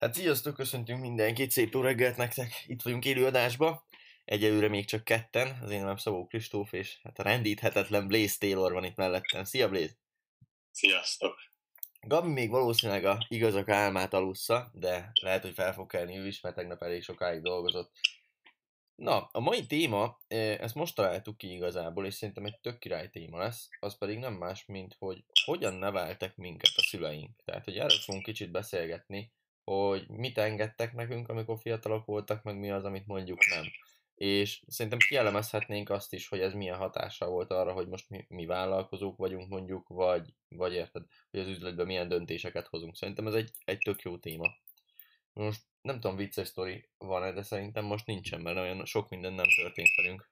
Hát sziasztok, köszöntünk mindenkit, szép jó reggelt nektek, itt vagyunk élő adásba. Egyelőre még csak ketten, az én nevem Szabó Kristóf, és hát a rendíthetetlen Blaze Taylor van itt mellettem. Szia Blaze! Sziasztok! Gabi még valószínűleg a igazak álmát alussza, de lehet, hogy fel fog kelni ő is, mert tegnap elég sokáig dolgozott. Na, a mai téma, ezt most találtuk ki igazából, és szerintem egy tök király téma lesz, az pedig nem más, mint hogy hogyan neveltek minket a szüleink. Tehát, hogy erről fogunk kicsit beszélgetni, hogy mit engedtek nekünk, amikor fiatalok voltak, meg mi az, amit mondjuk nem. És szerintem kielemezhetnénk azt is, hogy ez milyen hatással volt arra, hogy most mi vállalkozók vagyunk mondjuk, vagy érted, hogy az üzletben milyen döntéseket hozunk. Szerintem ez egy tök jó téma. Most nem tudom, vicces sztori van-e, de szerintem most nincsen, mert olyan sok minden nem történt velünk.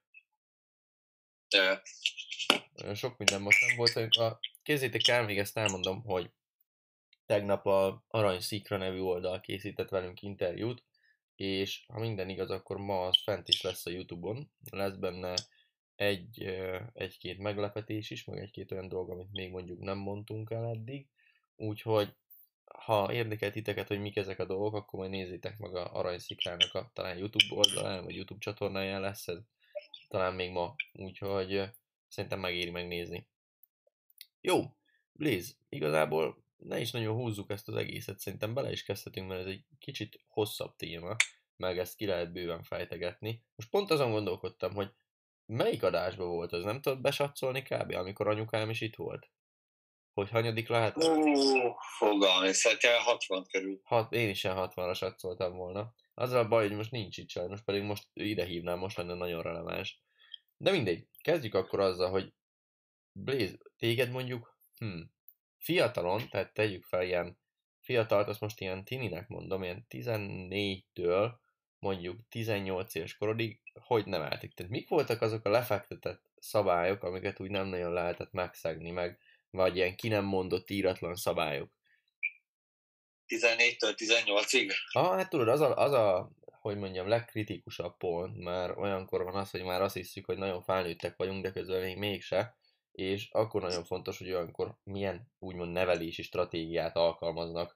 Olyan sok minden most nem volt velünk. Képzeljétek el, még ezt elmondom, hogy tegnap a Arany Szikra nevű oldal készített velünk interjút, és ha minden igaz, akkor ma az fent is lesz a YouTube-on. Lesz benne egy-két meglepetés is, meg egy-két olyan dolog, amit még mondjuk nem mondtunk el eddig. Úgyhogy ha érdekel titeket, hogy mik ezek a dolgok, akkor majd nézzétek meg a Aranyszikrának a talán YouTube oldalán, vagy YouTube csatornáján lesz ez talán még ma, úgyhogy szerintem megéri megnézni. Jó, Blaze, igazából ne is nagyon húzzuk ezt az egészet, szerintem bele is kezdhetünk, mert ez egy kicsit hosszabb téma, meg ezt ki lehet bőven fejtegetni. Most pont azon gondolkodtam, hogy melyik adásban volt ez, nem tudod besatszolni kb. Amikor anyukám is itt volt? Hogy hanyadik lehet? Fogalmi, szerintem 60 körül. Én is ilyen 60-ra satszoltam volna. Az a baj, hogy most nincs itt sajnos, pedig most ide hívnám, most lenne nagyon releváns. De mindegy, kezdjük akkor azzal, hogy Blaze, téged mondjuk, fiatalon, tehát tegyük fel ilyen fiatalt, azt most ilyen tininek mondom, ilyen 14-től mondjuk 18 éves korodig, hogy neveltek? Tehát mik voltak azok a lefektetett szabályok, amiket úgy nem nagyon lehetett megszegni, vagy ilyen ki nem mondott íratlan szabályok? 14-től 18-ig? Hát tudod, hogy mondjam, legkritikusabb pont, mert olyankor van az, hogy már azt hiszük, hogy nagyon felnőttek vagyunk, de közben még mégse, és akkor nagyon fontos, hogy olyankor milyen úgymond nevelési stratégiát alkalmaznak.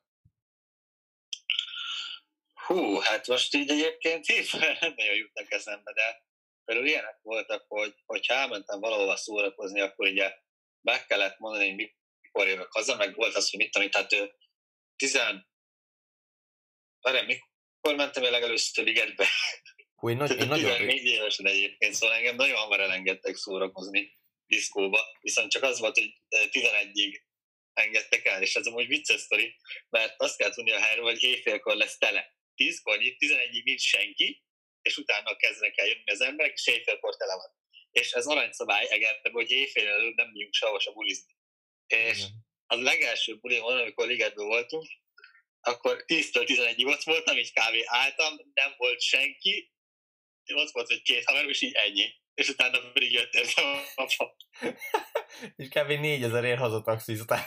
Hát most így egyébként nem nagyon jutnak eszembe, de például ilyenek voltak, hogy ha elmentem valahova szórakozni, akkor ugye meg kellett mondani, hogy mikor jövök haza, meg volt az, hogy mit tudom, tehát mikor mentem én legelőször Ligetbe? Én nagyon 14 évesen egyébként, szóval engem nagyon hamar elengedtek szórakozni diszkóba, viszont csak az volt, hogy 11-ig engedtek el, és ez amúgy vicces sztori, mert azt kell tudni a helyről, hogy éjfélkor lesz tele. 10-kor nyit, 11-ig nincs senki, és utána kezdenek el jönni az emberek, és éjfélkor tele van. És ez aranyszabály Egerben, hogy éjfél előtt nem megyünk sehova se bulizni. És az legelső bulimon, amikor Ligetben voltunk, akkor 10-től 11-ig ott voltam, így kb. Álltam, nem volt senki, ott volt egy két haverom, és így ennyi. És utána pedig jött ez a apa. És kb. 4000 ér hazataxiztál.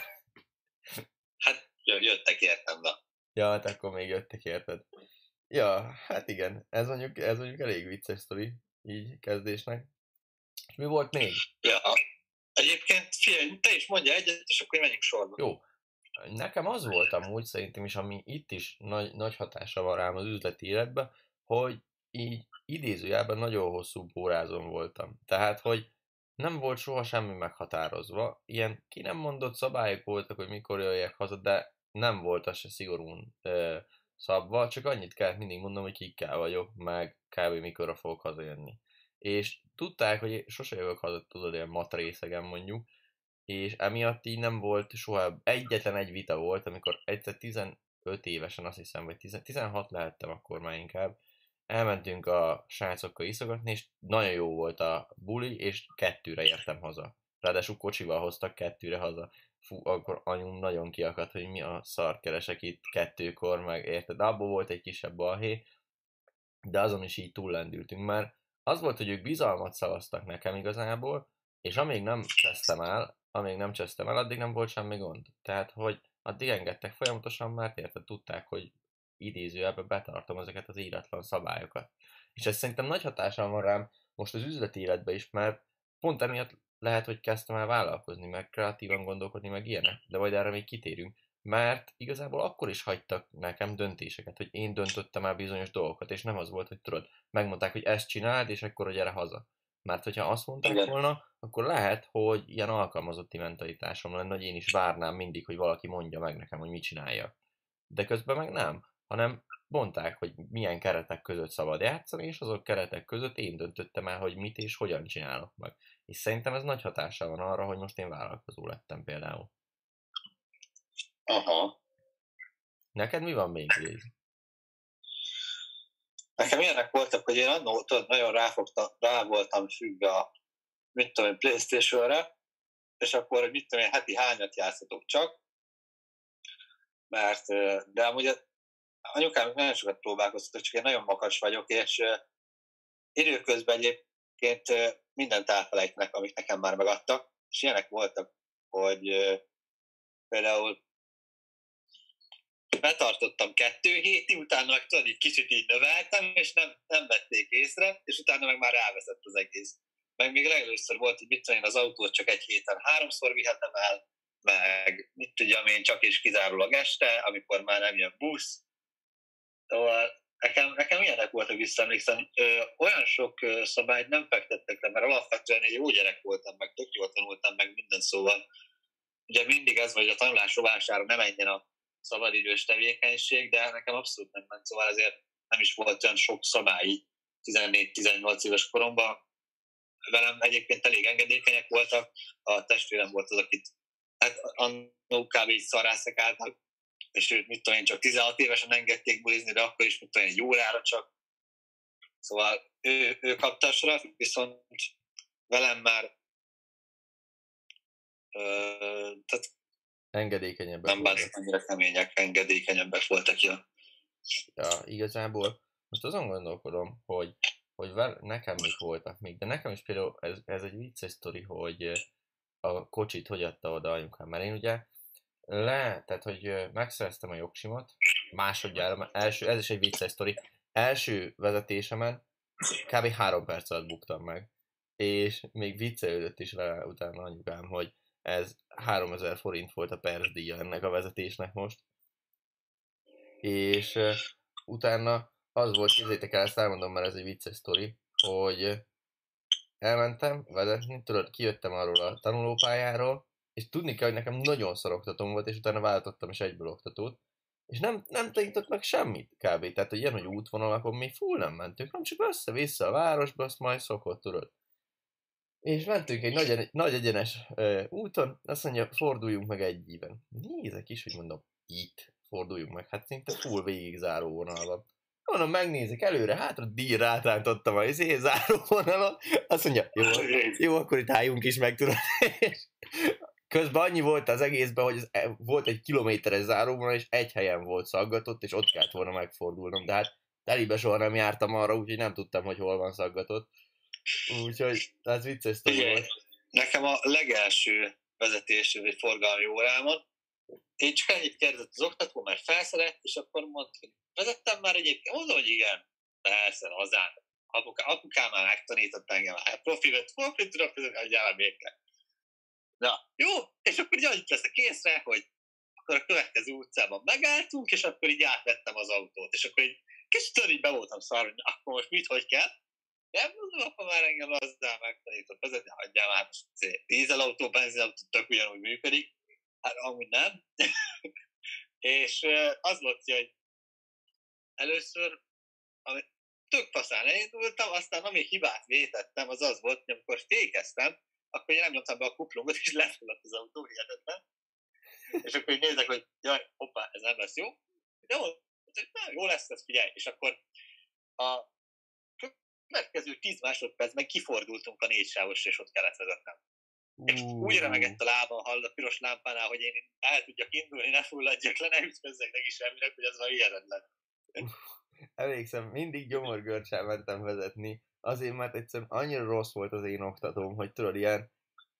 Hát jöttek értem, de. Ja, hát akkor még jöttek érted. Ja, hát igen, ez mondjuk elég vicces sztori, így kezdésnek. És mi volt még? Ja, egyébként figyelj, te is mondja egyet, és akkor menjünk sorba. Jó. Nekem az volt amúgy szerintem is, ami itt is nagy hatása van rám az üzleti életben, hogy így idézőjelben nagyon hosszú pórázon voltam. Tehát, hogy nem volt soha semmi meghatározva. Ilyen ki nem mondott szabályok voltak, hogy mikor jöjjek haza, de nem volt az se szigorúan szabva, csak annyit kellett mindig mondom, hogy kikkel vagyok, meg kb. Mikorra fogok hazajönni. És tudták, hogy sose jövök haza, tudod, ilyen matrészegen mondjuk, és emiatt így nem volt soha, egyetlen egy vita volt, amikor egyszer 15 évesen azt hiszem, vagy 16 lehettem akkor már inkább, elmentünk a srácokkal iszogatni, és nagyon jó volt a buli, és 2-re értem haza. Ráadásul kocsival hoztak 2-re haza. Fú, akkor anyum nagyon kiakadt, hogy mi a szar keresek itt 2-kor, meg érted? De abból volt egy kisebb balhé, de azon is így túllendültünk, mert az volt, hogy ők bizalmat szavaztak nekem igazából, és amíg nem csesztem el, addig nem volt semmi gond. Tehát, hogy addig engedtek folyamatosan, mert érted, tudták, hogy idézőjelben betartom ezeket az íratlan szabályokat. És ez szerintem nagy hatással van rám most az üzleti életben is, mert pont emiatt lehet, hogy kezdtem el vállalkozni, meg kreatívan gondolkodni, meg ilyenek, de majd erre még kitérünk. mert igazából akkor is hagytak nekem döntéseket, hogy én döntöttem el bizonyos dolgokat, és nem az volt, hogy tudod, megmondták, hogy ezt csináld, és akkor gyere haza. Mert hogyha azt mondták Igen. volna, akkor lehet, hogy ilyen alkalmazotti mentalitásom lenne, hogy én is várnám mindig, hogy valaki mondja meg nekem, hogy mit csináljak. De közben meg nem, hanem mondták, hogy milyen keretek között szabad játszani, és azok keretek között én döntöttem el, hogy mit és hogyan csinálok meg. És szerintem ez nagy hatással van arra, hogy most én vállalkozó lettem például. Aha. Neked mi van még, Léz? Nekem ilyenek voltak, hogy én annól nagyon rá voltam függve a, mit tudom én, PlayStation-re, és akkor, hogy mit tudom én, heti hányat játszatok csak, mert, de amúgy anyukám nagyon sokat próbálkoztatok, csak én nagyon makacs vagyok, és időközben egyébként mindent elfelejtenek, amit nekem már megadtak, és ilyenek voltak, hogy például betartottam 2 hétig, utána meg tudod, így kicsit így növeltem, és nem vették észre, és utána meg már ráveszett az egész. Meg még legelőször volt, hogy mit tudom én, az autót csak egy héten 3-szor vihetem el, meg mit tudjam én, csak és kizárólag este, amikor már nem jön busz. Szóval nekem ilyenek voltak, visszaemlékszem. Olyan sok szabályt nem fektettek le, mert alapvetően egy jó gyerek voltam, meg tök jól tanultam, meg minden, szóval. Ugye mindig ez, hogy a tanulás rovására ne menjen a szabadidős tevékenység, de nekem abszolút nem ment, szóval ezért nem is volt olyan sok szabály 14-18 éves koromban. Velem egyébként elég engedékenyek voltak, a testvérem volt az, akit hát annó kb. Így szarrászekáltak, és őt mit tudom én, csak 16 évesen engedték bulizni, de akkor is mit tudom én, egy órára csak. Szóval ő kapta a sorat, viszont velem már tehát Engedékenyebbek nem bántak annyira kemények, engedékenyebbek voltak, ja. Ja, igazából most azon gondolkodom, hogy nekem mik voltak még, de nekem is például ez egy vicces sztori, hogy a kocsit hogy adta oda anyukám, mert én ugye tehát hogy megszereztem a jogsimat, másodjára, ez is egy vicces sztori, első vezetésemen kb. 3 perc alatt buktam meg, és még viccelődött is vele utána anyukám, hogy ez 3000 forint volt a percdíja ennek a vezetésnek most, és utána az volt, képzeljétek el, ezt elmondom, mert ez egy vicces sztori, hogy elmentem vezetni, tudod, kijöttem arról a tanulópályáról, és tudni kell, hogy nekem nagyon szar oktatóm volt, és utána váltottam is egyből oktatót, és nem tanított meg semmit kb. Tehát, hogy ilyen, hogy útvonalakon mi full nem mentünk, nem csak össze-vissza a városba, azt majd szokott, tudod. És mentünk egy nagy egyenes úton, azt mondja, forduljunk meg egy íven. Nézek is, hogy mondom, itt forduljunk meg, hát szinte full végig záró vonalban. Mondom, megnézik előre, hátra, díj rátántottam a záró vonalon, azt mondja, jó, akkor itt álljunk is meg, tudod. Közben annyi volt az egészben, hogy volt egy kilométeres záróvonal, és egy helyen volt szaggatott, és ott kellett volna megfordulnom, de hát telibe soha nem jártam arra, úgyhogy nem tudtam, hogy hol van szaggatott. Úgyhogy ez vicces sztori volt. Nekem a legelső vezetés vagy forgalmi órámon, én csak ennyit kérdezett az oktató, mert felszerett, és akkor mondta, hogy vezettem már egyébként, mondom, hogy igen, persze, hazán. Apukám már megtanított engem, profivet tudok vezetni, hogy jár béke. Na, jó, és akkor így annyit veszek észre, hogy akkor a következő utcában megálltunk, és akkor így átvettem az autót, és akkor így kicsit így be voltam szarva, hogy akkor most mit, hogy kell. Nem mondom, apa már engem azzal megtanított vezetni, hagyjál már, dízelautó, benzilautó tök ugyanúgy működik. Hát amúgy nem. És az volt, hogy először tök faszán elindultam, aztán ami hibát vétettem, az az volt, hogy amikor fékeztem, akkor én nem nyomtam be a kuplungot, és lefulladt az autó, hihetetlen. És akkor így nézek, hogy jaj, hoppá, ez nem lesz jó. Jó lesz, ez figyelj. És akkor a következő 10 másodpercben kifordultunk a 4 sávosra, és ott kellett vezetnem. És úgy remegett a lábam, hall a piros lámpánál, hogy én el tudjak indulni, ne fulladjak le, ne ütközzek neki semminek, hogy ez már hihetetlen. Emlékszem, mindig gyomorgörcsel mentem vezetni, azért mert egyszerűen annyira rossz volt az én oktatóm, hogy tudod, ilyen,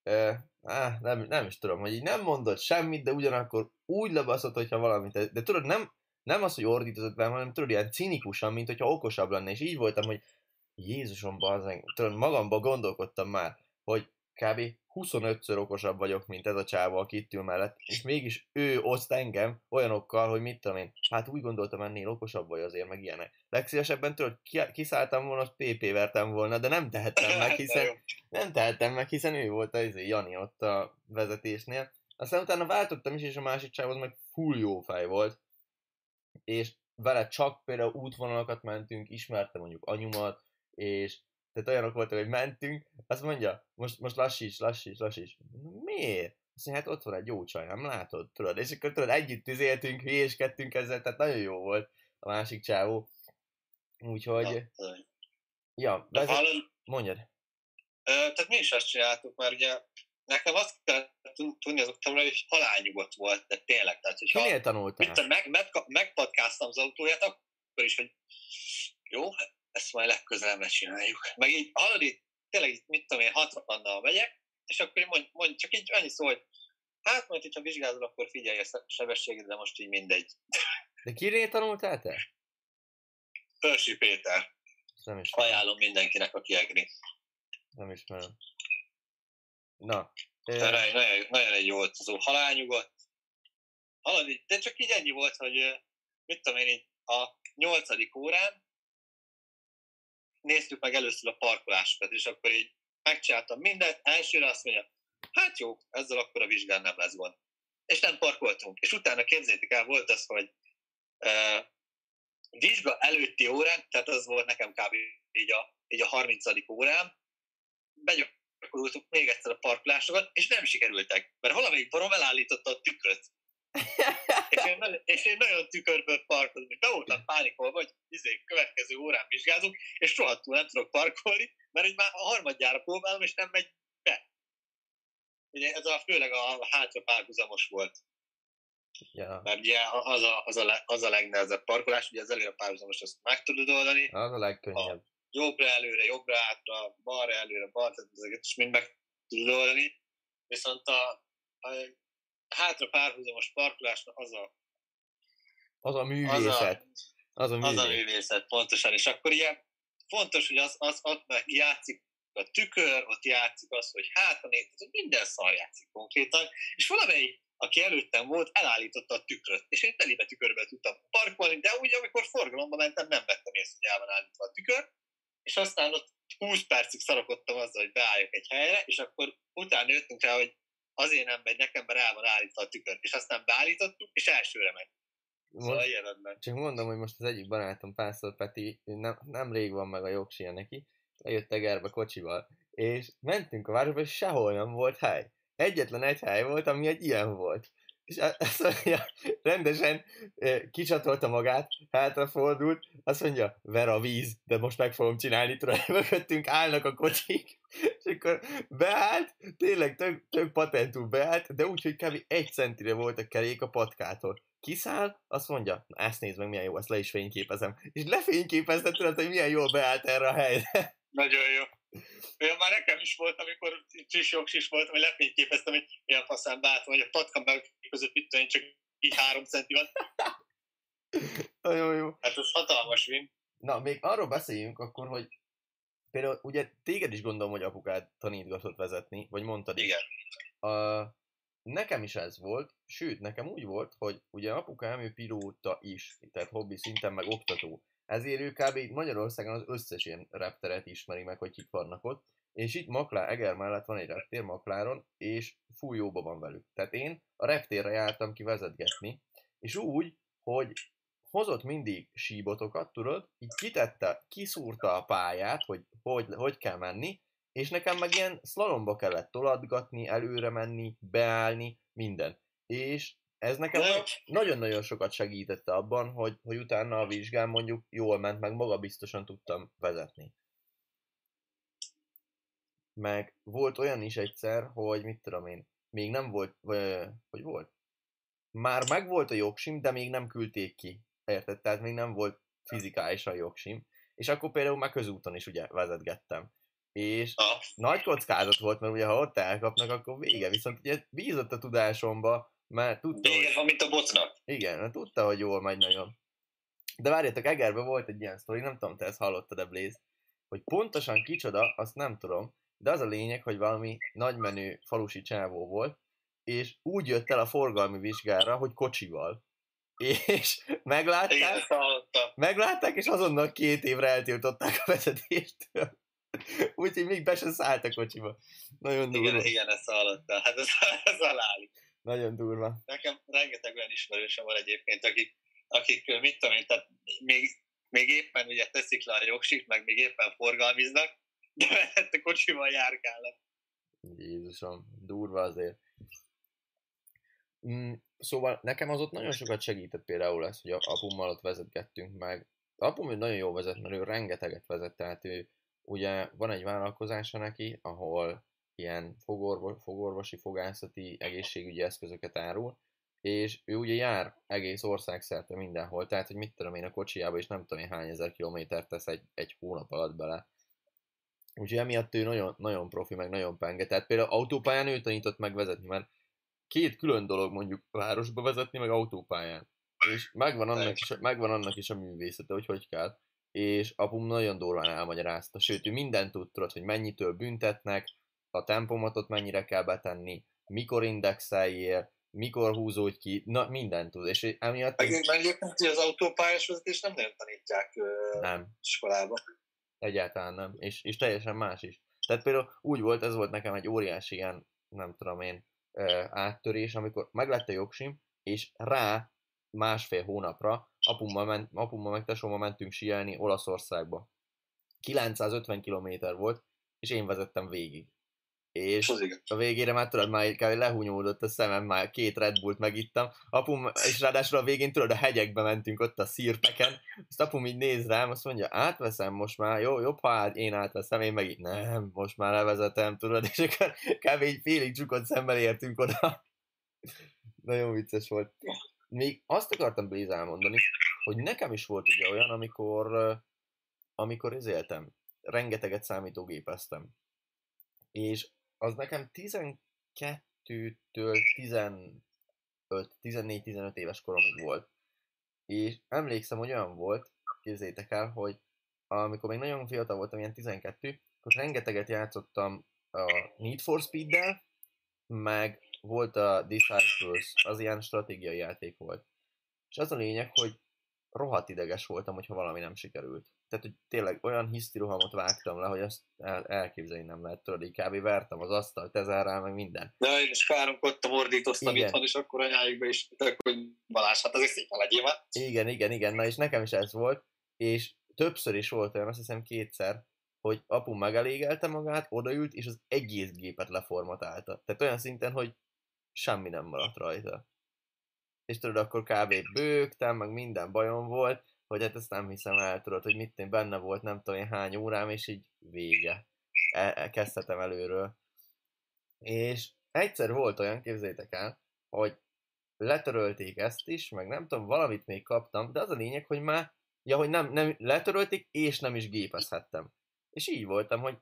nem is tudom, hogy így nem mondott semmit, de ugyanakkor úgy lebaszott, hogyha valamit, de tudod, nem az, hogy ordítozott velem, hanem tudod, ilyen cinikusan, mint hogyha okosabb lenne, és így voltam, hogy Jézusom, bazzeng, tudod, magamban gondolkodtam már, hogy kb. 25-ször okosabb vagyok, mint ez a csávó, aki itt ül mellett, és mégis ő oszt engem olyanokkal, hogy mit tudom én, hát úgy gondoltam ennél okosabb vagy azért, meg ilyenek. Legszívesebben tőled kiszálltam volna, azt PP vertem volna, de nem tehettem meg, hiszen ő volt az Jani ott a vezetésnél. Aztán utána váltottam is, és a másik csávhoz meg full jó fej volt, és vele csak például útvonalakat mentünk, ismerte mondjuk anyumat, és tehát olyanok voltak, hogy mentünk, azt mondja, most lassíts. Miért? Azt mondja, hát ott van egy jó csaj, nem látod? Tudod? És akkor tudod, együtt tüzéltünk, hülyéskedtünk ezzel, tehát nagyon jó volt a másik csávó. Úgyhogy... Ja, mondjad. Tehát mi is azt csináltuk, mert ugye nekem azt kell tudni azokra, hogy halálnyugodt volt, de tényleg. Tehát, hogyha kinél tanultál? Megpatkáztam az autóját, akkor is, hogy jó, ezt majd legközelebb csináljuk. Meg így, hallod, itt, tényleg itt, mit tudom én, 60-nal megyek, és akkor mondj, csak így annyi szó, hogy hát majd, hogyha vizsgázol, akkor figyelj a sebességedre, most így mindegy. De kinél tanultál te? Pörsi Péter. Nem is ajánlom mindenkinek, aki egri. Nem ismerem. Na. Nagyon egy jó utazó, halálnyugodt. De csak így ennyi volt, hogy mit tudom én, így a 8. órán néztük meg először a parkolásokat, és akkor így megcsináltam mindent, elsőre azt mondja, hát jó, ezzel akkor a vizsgán nem lesz gond. És nem parkoltunk. És utána képzeljétek el, volt az, hogy vizsga előtti órán, tehát az volt nekem kb. így a 30. órán, begyakoroltuk még egyszer a parkolásokat, és nem sikerültek, mert valamelyik barom elállította a tükröt. és én nagyon tükörből parkolom, és be voltam pánikolva, hogy következő órán vizsgázunk, és rohadtul nem tudok parkolni, mert így már a harmadjára próbálom, és nem megy be. Ugye ez főleg a hátra párhuzamos volt. Ja. Mert ugye az a legnehezebb parkolás, ugye az előre párhuzamos, azt meg tudod oldani. Az a legkönnyebb. Jobbra előre, jobbra hátra, balra előre, balra, ezeket is mind meg tudod oldani. Viszont a hátra párhuzamos parkolásnak az a művészet. Az a művészet, pontosan. És akkor ilyen fontos, hogy ott meg játszik a tükör, ott játszik az, hogy minden szar játszik konkrétan, és valamelyik, aki előttem volt, elállította a tükröt, és én telibe tükörbe tudtam parkolni, de úgy, amikor forgalomba mentem, nem vettem észre, hogy el van állítva a tükör, és aztán ott 20 percig szarakodtam azzal, hogy beálljak egy helyre, és akkor utána jöttünk rá, hogy azért nem megy nekem, mert el van állítva a tükör, és aztán beállítottuk, és elsőre megy. Szóval ilyenedben. Csak mondom, hogy most az egyik barátom, Pásztor Peti, nem rég van meg a jogsia neki, lejött Egerbe kocsival, és mentünk a városba, és sehol nem volt hely. Egyetlen egy hely volt, ami egy ilyen volt. És azt mondja, rendesen kicsatolta magát, hátrafordult, azt mondja, ver a víz, de most meg fogom csinálni, tudod, mögöttünk állnak a kocsik, és akkor beállt, tényleg tök patentú beállt, de úgy, hogy kb. 1 centire volt a kerék a patkától. Kiszáll, azt mondja, na ezt nézd meg, milyen jó, ezt le is fényképezem. És lefényképezte, tudod, hogy milyen jól beállt erre a helyre. Nagyon jó. Olyan már nekem is volt, amikor kis jogsis voltam, hogy lefényképeztem, hogy milyen faszán beálltam, hogy a patka meg között mit tudom, csak így 3 centi van. Nagyon jó. Hát ez hatalmas win. Na, még arról beszéljünk akkor, hogy például ugye téged is gondolom, hogy apukád tanítgatott vezetni, vagy mondtad is. Igen. Nekem is ez volt, sőt, nekem úgy volt, hogy ugye apukám ő pilóta is, tehát hobbi szinten meg oktató. Ezért ő kb. Magyarországon az összes ilyen repteret ismeri meg, hogy kik vannak ott. És itt Eger mellett van egy reptér Makláron, és full jóba van velük. Tehát én a reptérre jártam ki vezetgetni, és úgy, hogy hozott mindig síbotokat, tudod, így kiszúrta a pályát, hogy kell menni, és nekem meg ilyen szlalomba kellett tolatgatni, előre menni, beállni, minden. És ez nekem nagyon-nagyon sokat segítette abban, hogy utána a vizsgán mondjuk jól ment, meg magabiztosan tudtam vezetni. Meg volt olyan is egyszer, hogy mit tudom én, még nem volt, hogy volt? Már megvolt a jogsim, de még nem küldték ki. Érted? Tehát még nem volt fizikálisan jogsim. És akkor például már közúton is ugye vezetgettem. És nagy kockázat volt, mert ugye ha ott elkapnak, akkor vége. Viszont ugye bízott a tudásomba, mert tudta, vége van, mint a bocnak. Igen, mert tudta, hogy jól megy nagyon. De várjátok, Egerben volt egy ilyen sztori, nem tudom, te ezt hallottad-e, Blaze, hogy pontosan kicsoda, azt nem tudom, de az a lényeg, hogy valami nagymenő falusi csávó volt, és úgy jött el a forgalmi vizsgára, hogy kocsival. És meglátták, és azonnal 2 évre eltiltották a vezetéstől. Úgyhogy még be se szállt a kocsiba. Nagyon durva. Igen, ezt hallottam. Hát ez halál. Nagyon durva. Nekem rengeteg olyan ismerősöm van egyébként, akik mit tudom én, tehát még éppen ugye teszik le a jogsit, meg még éppen forgalmiznak, de a kocsival járkálnak. Jézusom, durva azért. Szóval nekem az ott nagyon sokat segített például ez, hogy apummal ott vezetgettünk meg. Apum nagyon jó vezet, mert ő rengeteget vezet, tehát ő ugye van egy vállalkozása neki, ahol ilyen fogorvosi, fogászati, egészségügyi eszközöket árul, és ő ugye jár egész országszerte mindenhol, tehát hogy mit tudom én a kocsijába, és nem tudom én hány ezer kilométert tesz egy hónap alatt bele. Úgyhogy emiatt ő nagyon, nagyon profi, meg nagyon penge. Tehát például autópályán ő tanított meg vezetni, mert 2 külön dolog mondjuk városba vezetni, meg autópályán. És megvan annak is a művészete, hogy kell. És apum nagyon durván elmagyarázta, sőt, ő mindent tudod, hogy mennyitől büntetnek, a tempomatot mennyire kell betenni, mikor indexeljél, mikor húzódj ki, na mindent tud. És emiatt... Egyébként az autópályás vezetést nem nagyon tanítják iskolában. Egyáltalán nem. És teljesen más is. Tehát például úgy volt, ez volt nekem egy óriási ilyen, nem tudom én, áttörés, amikor meglett a jogsim, és rá 1,5 hónapra apummal meg tesómmal mentünk síelni Olaszországba. 950 km volt, és én vezettem végig. És a végére már tudod, már lehúnyódott a szemem, már 2 Red Bullt megittam. Apum, és ráadásul a végén tudod, a hegyekbe mentünk ott a szírpeken. Azt apum így néz rám, azt mondja, átveszem most már, jobb, ha én átveszem, én meg így, nem, most már levezetem, tudod, és akkor kb. Így félig csukott szemmel értünk oda. Nagyon vicces volt. Még azt akartam Blaze elmondani, hogy nekem is volt ugye olyan, amikor izéltem, rengeteget számítógépeztem. És az nekem 12-től 14-15 éves koromig volt. És emlékszem, hogy olyan volt, képzeljétek el, hogy amikor még nagyon fiatal voltam, ilyen 12, akkor rengeteget játszottam a Need for Speed-del, meg volt a Disciples, az ilyen stratégiai játék volt. És az a lényeg, hogy rohadt ideges voltam, hogyha valami nem sikerült. Tehát, hogy tényleg olyan hisztirohamot vágtam le, hogy azt elképzelni nem lehet, tudod, így kb. Vertem az asztalt, ezerrel, meg minden. De én is káromkodtam, ordítoztam itthon, és akkor anyáikba is, hogy Balázs, hát azért szépen legyél már. Igen, na és nekem is ez volt, és többször is volt olyan, azt hiszem 2-szer, hogy apum megelégelte magát, odaült, és az egész gépet leformatálta. Tehát olyan szinten, hogy semmi nem maradt rajta. És tudod, akkor kb. Bőgtem, meg minden bajom volt, hogy hát ezt nem hiszem el, tudod, hogy mit én benne volt, nem tudom én hány órám, és így vége. Kezdhetem előről. És egyszer volt olyan, képzeljétek el, hogy letörölték ezt is, meg nem tudom, valamit még kaptam, de az a lényeg, hogy már, hogy nem letörölték, és nem is gépezhettem. És így voltam, hogy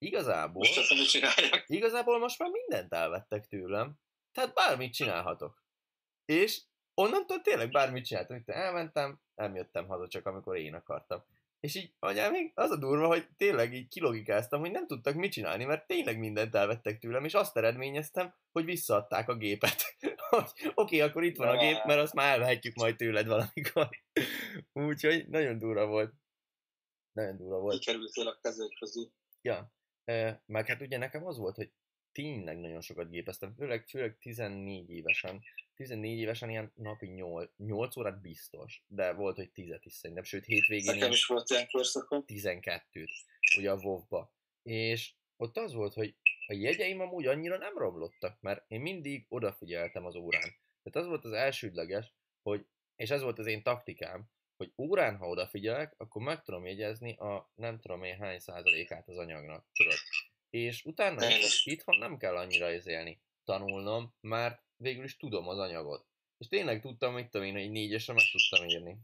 igazából most már mindent elvettek tőlem, tehát bármit csinálhatok. És onnantól tényleg bármit csináltam, itt elmentem, nem jöttem haza csak amikor én akartam. És így anyám, még az a durva, hogy tényleg így kilogikáztam, hogy nem tudtak mit csinálni, mert tényleg mindent elvettek tőlem, és azt eredményeztem, hogy visszaadták a gépet. Oké, akkor itt van a gép, mert azt már elvehetjük majd tőled valamikor. Úgyhogy nagyon durva volt. Nagyon durva volt. Kikerültél a kezők közül. Ja, meg hát ugye nekem az volt, hogy tényleg nagyon sokat gépeztem, főleg 14 évesen. 14 évesen ilyen napi 8 órát biztos, de volt, hogy 10 is szerintem, sőt hétvégén nekem is volt ilyen korszakom. 12-t, ugye a WoW-ba. És ott az volt, hogy a jegyeim amúgy annyira nem romlottak, mert én mindig odafigyeltem az órán. Tehát az volt az elsődleges, hogy, és ez volt az én taktikám, hogy órán, ha odafigyelek, akkor meg tudom jegyezni a nem tudom én hány százalékát az anyagnak, tudod. És utána itthon nem kell annyira tanulnom, mert végül is tudom az anyagot. És tényleg tudtam, mit tudom én, hogy 4-esre meg tudtam írni.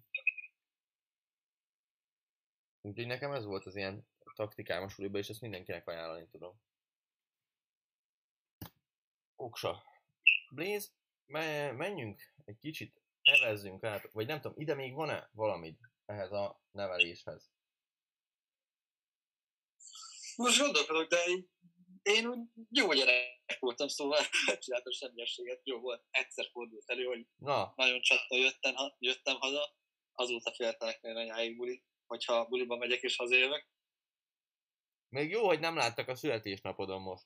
Úgyhogy nekem ez volt az ilyen taktikám a suliba, és ezt mindenkinek ajánlani tudom. Oksa. Blaze, menjünk egy kicsit, evezzünk át, vagy nem tudom, ide még van-e valamid ehhez a neveléshez? Most gondolkodok, de én úgy jó gyerek voltam, szóval csináltam semmiességet, jó volt. Egyszer fordult elő, hogy nagyon csattan jöttem haza, azóta féltelek még anyáig buli, hogyha buliba megyek és hazajövök. Még jó, hogy nem láttak a születésnapodon most.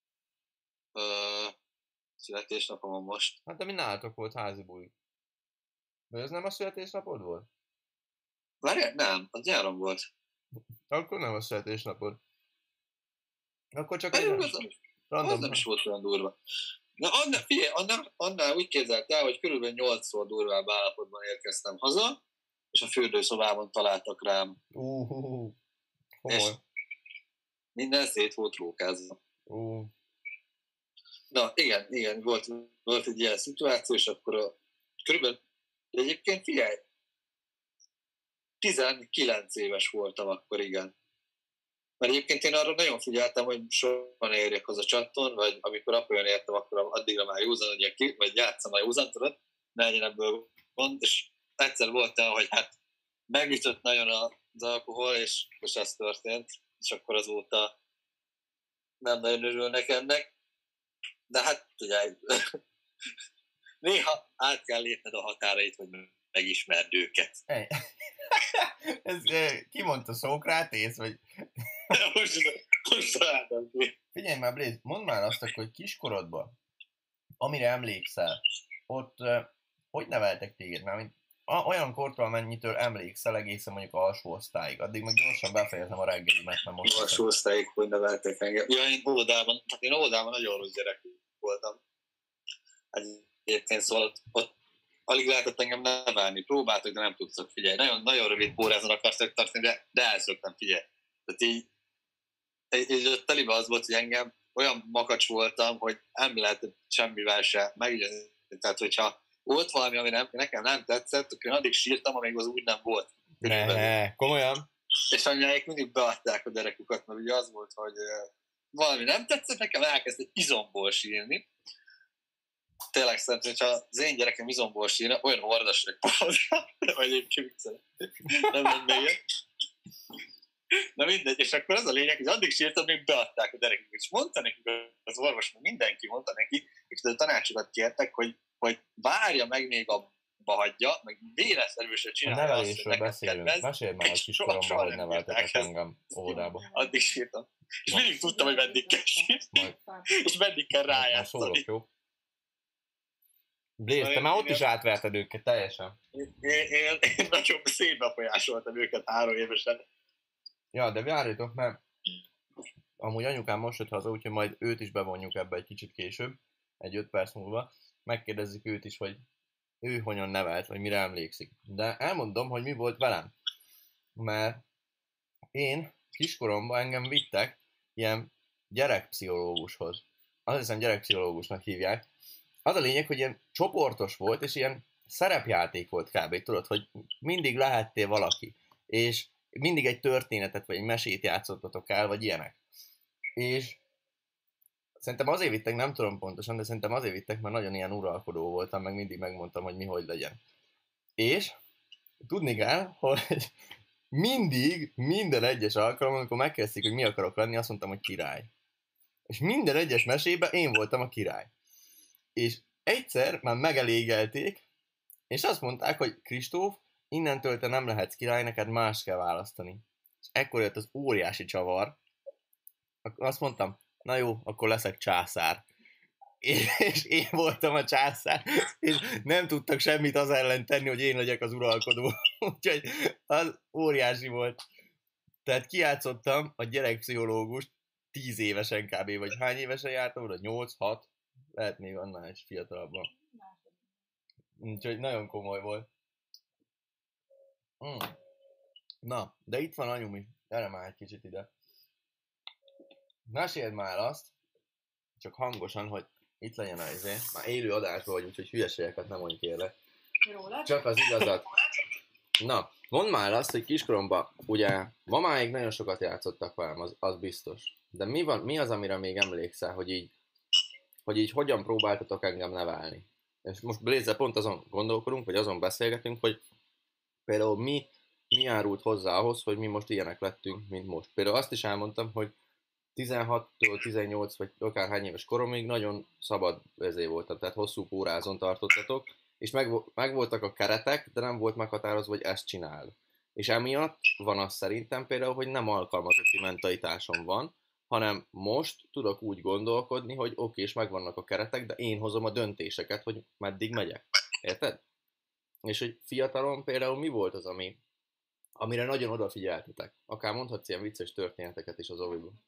Születésnapomon most? Hát ami nálatok volt házi buli. De ez nem a születésnapod volt? Várjál, nem, az nyáron volt. Akkor nem a születésnapod. Akkor csak egy random. Nem is volt olyan durva. Na, figyelj, annál úgy képzelt el, hogy körülbelül 8-szor durvább állapotban érkeztem haza, és a fürdőszobában találtak rám. És minden szét volt rókázva. Na, igen, volt egy ilyen szituáció, és akkor körülbelül, egyébként figyelj, 19 éves voltam akkor, igen. Mert egyébként én arra nagyon figyeltem, hogy soha ne érjek haza csatton, vagy amikor apa értem, akkor addigra már józanodjak ki, vagy játszom a józan, tudod, ne legyen ebből gond, és egyszer volt olyan, hogy hát megütött nagyon az alkohol, és ez történt, és akkor azóta nem nagyon örülnek ennek. De hát ugye, néha át kell lépned a határait, hogy megismerd őket. Ez ki mondta, Szókrátész, vagy... most találtam ki. Figyelj már, Blaze, mondd már azt, hogy kiskorodban, amire emlékszel, ott hogy neveltek téged? Mert olyan kortól, amennyitől emlékszel egészen mondjuk a alsó osztályig. Addig meg gyorsan befejezem a reggelimet, mert most... Alsó osztályig hogy neveltek engem? Ja, én óvodában nagyon rossz gyerek voltam. Egyébként szóval ott alig lehetett engem nevelni. Próbáltak, de nem tudtak, figyelj. Nagyon, nagyon rövid pórázon akartak tartani, de elszoktam, figyelj. Tehát így telibe az volt, hogy engem olyan makacs voltam, hogy nem lehetett semmivel se meggyőzni. Tehát, hogyha volt valami, ami nekem nem tetszett, akkor én addig sírtam, amíg az úgy nem volt. Komolyan? És anyáik mindig beadták a derekukat, mert ugye az volt, hogy valami nem tetszett, nekem elkezdett izomból sírni. Tényleg szerintem, hogyha az én gyerekem izomból sírna, olyan ordas volna, vagy egyébként nem lenne. Na mindegy, és akkor az a lényeg, hogy addig sírtam, még beadták a dereküket. És mondta nekik az orvos, mindenki mondta neki, és a tanácsokat kértek, hogy várja meg, még abba hagyja, meg véletlenül csinálja azt, hogy beszélünk. Mesélj már a kiskoromban, hogy neveltetek engem óvodába. Addig sírtam. És mindig tudtam, hogy meddig kell sírni, és meddig kell rájátszani. Szólok, jó? Blaze, te már ott is átverted őket teljesen. Én nagyon szép befolyásoltam őket 3 évesen. Ja, de várjatok, mert amúgy anyukám most jött haza, úgyhogy majd őt is bevonjuk ebbe egy kicsit később, egy 5 perc múlva. Megkérdezzük őt is, hogy ő hogyan nevelt, vagy mire emlékszik. De elmondom, hogy mi volt velem. Mert én kiskoromban engem vittek ilyen gyerekpszichológushoz. Azt hiszem gyerekpszichológusnak hívják. Az a lényeg, hogy ilyen csoportos volt, és ilyen szerepjáték volt kb. Tudod, hogy mindig lehettél valaki. És mindig egy történetet, vagy egy mesét játszottatok el, vagy ilyenek. És szerintem azért vittek, nem tudom pontosan, de szerintem azért vittek, mert nagyon ilyen uralkodó voltam, meg mindig megmondtam, hogy mi hogy legyen. És tudni kell, hogy mindig, minden egyes alkalommal, amikor megkezdték, hogy mi akarok lenni, azt mondtam, hogy király. És minden egyes mesében én voltam a király. És egyszer már megelégelték, és azt mondták, hogy Kristóf, innentől te nem lehetsz király, neked más kell választani. És ekkor jött az óriási csavar. Azt mondtam, na jó, akkor leszek császár. És én voltam a császár, és nem tudtak semmit az ellen tenni, hogy én legyek az uralkodó. Úgyhogy az óriási volt. Tehát kijátszottam a gyerekpszichológust 10 évesen kb. Vagy hány évesen jártam oda? 8-6? Lehet még annál is fiatalabban. Úgyhogy nagyon komoly volt. Na, de itt van anyumi. Gyere már egy kicsit ide. Meséld már azt, csak hangosan, hogy itt legyen az izé. Már élő adásban vagy, úgyhogy hülyeségeket nem mondj kérlek. Csak az igazat. Na, mondd már azt, hogy kiskoromban, ugye mamáig nagyon sokat játszottak velem, az biztos. De mi az, amire még emlékszel, hogy így hogyan próbáltatok engem nevelni? És most Blaze, pont azon gondolkodunk, vagy azon beszélgetünk, hogy például mi járult hozzá ahhoz, hogy mi most ilyenek lettünk, mint most. Például azt is elmondtam, hogy 16-tól 18 vagy akárhány éves koromig nagyon szabad voltam, tehát hosszú pórázon tartottatok, és megvoltak a keretek, de nem volt meghatározva, hogy ezt csináld. És emiatt van az szerintem például, hogy nem alkalmazotti mentalitásom van, hanem most tudok úgy gondolkodni, hogy oké, és megvannak a keretek, de én hozom a döntéseket, hogy meddig megyek. Érted? És hogy fiatalon például mi volt az, amire nagyon odafigyeltetek? Akár mondhatsz ilyen vicces történeteket is az oviban.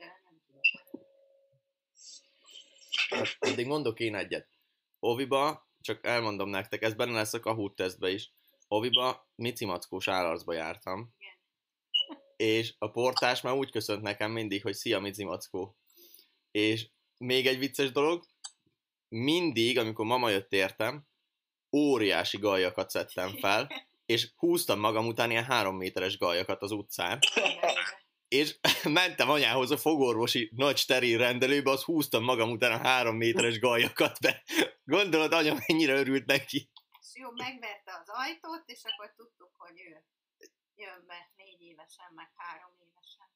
Hát, addig mondok én egyet. Oviba, csak elmondom nektek, ez benne lesz a Kahoot tesztbe is. Oviba micimackós állarcba jártam. És a portás már úgy köszönt nekem mindig, hogy szia micimackó. És még egy vicces dolog, mindig, amikor mama jött értem, óriási galjakat szedtem fel, és húztam magam után ilyen 3 méteres galjakat az utcán. És mentem anyához a fogorvosi nagy steril rendelőbe, azt húztam magam után a 3 méteres galjakat be. Gondolod, anya mennyire örült neki? És jó, megverte az ajtót, és akkor tudtuk, hogy ő jön be 4 évesen, meg 3 évesen.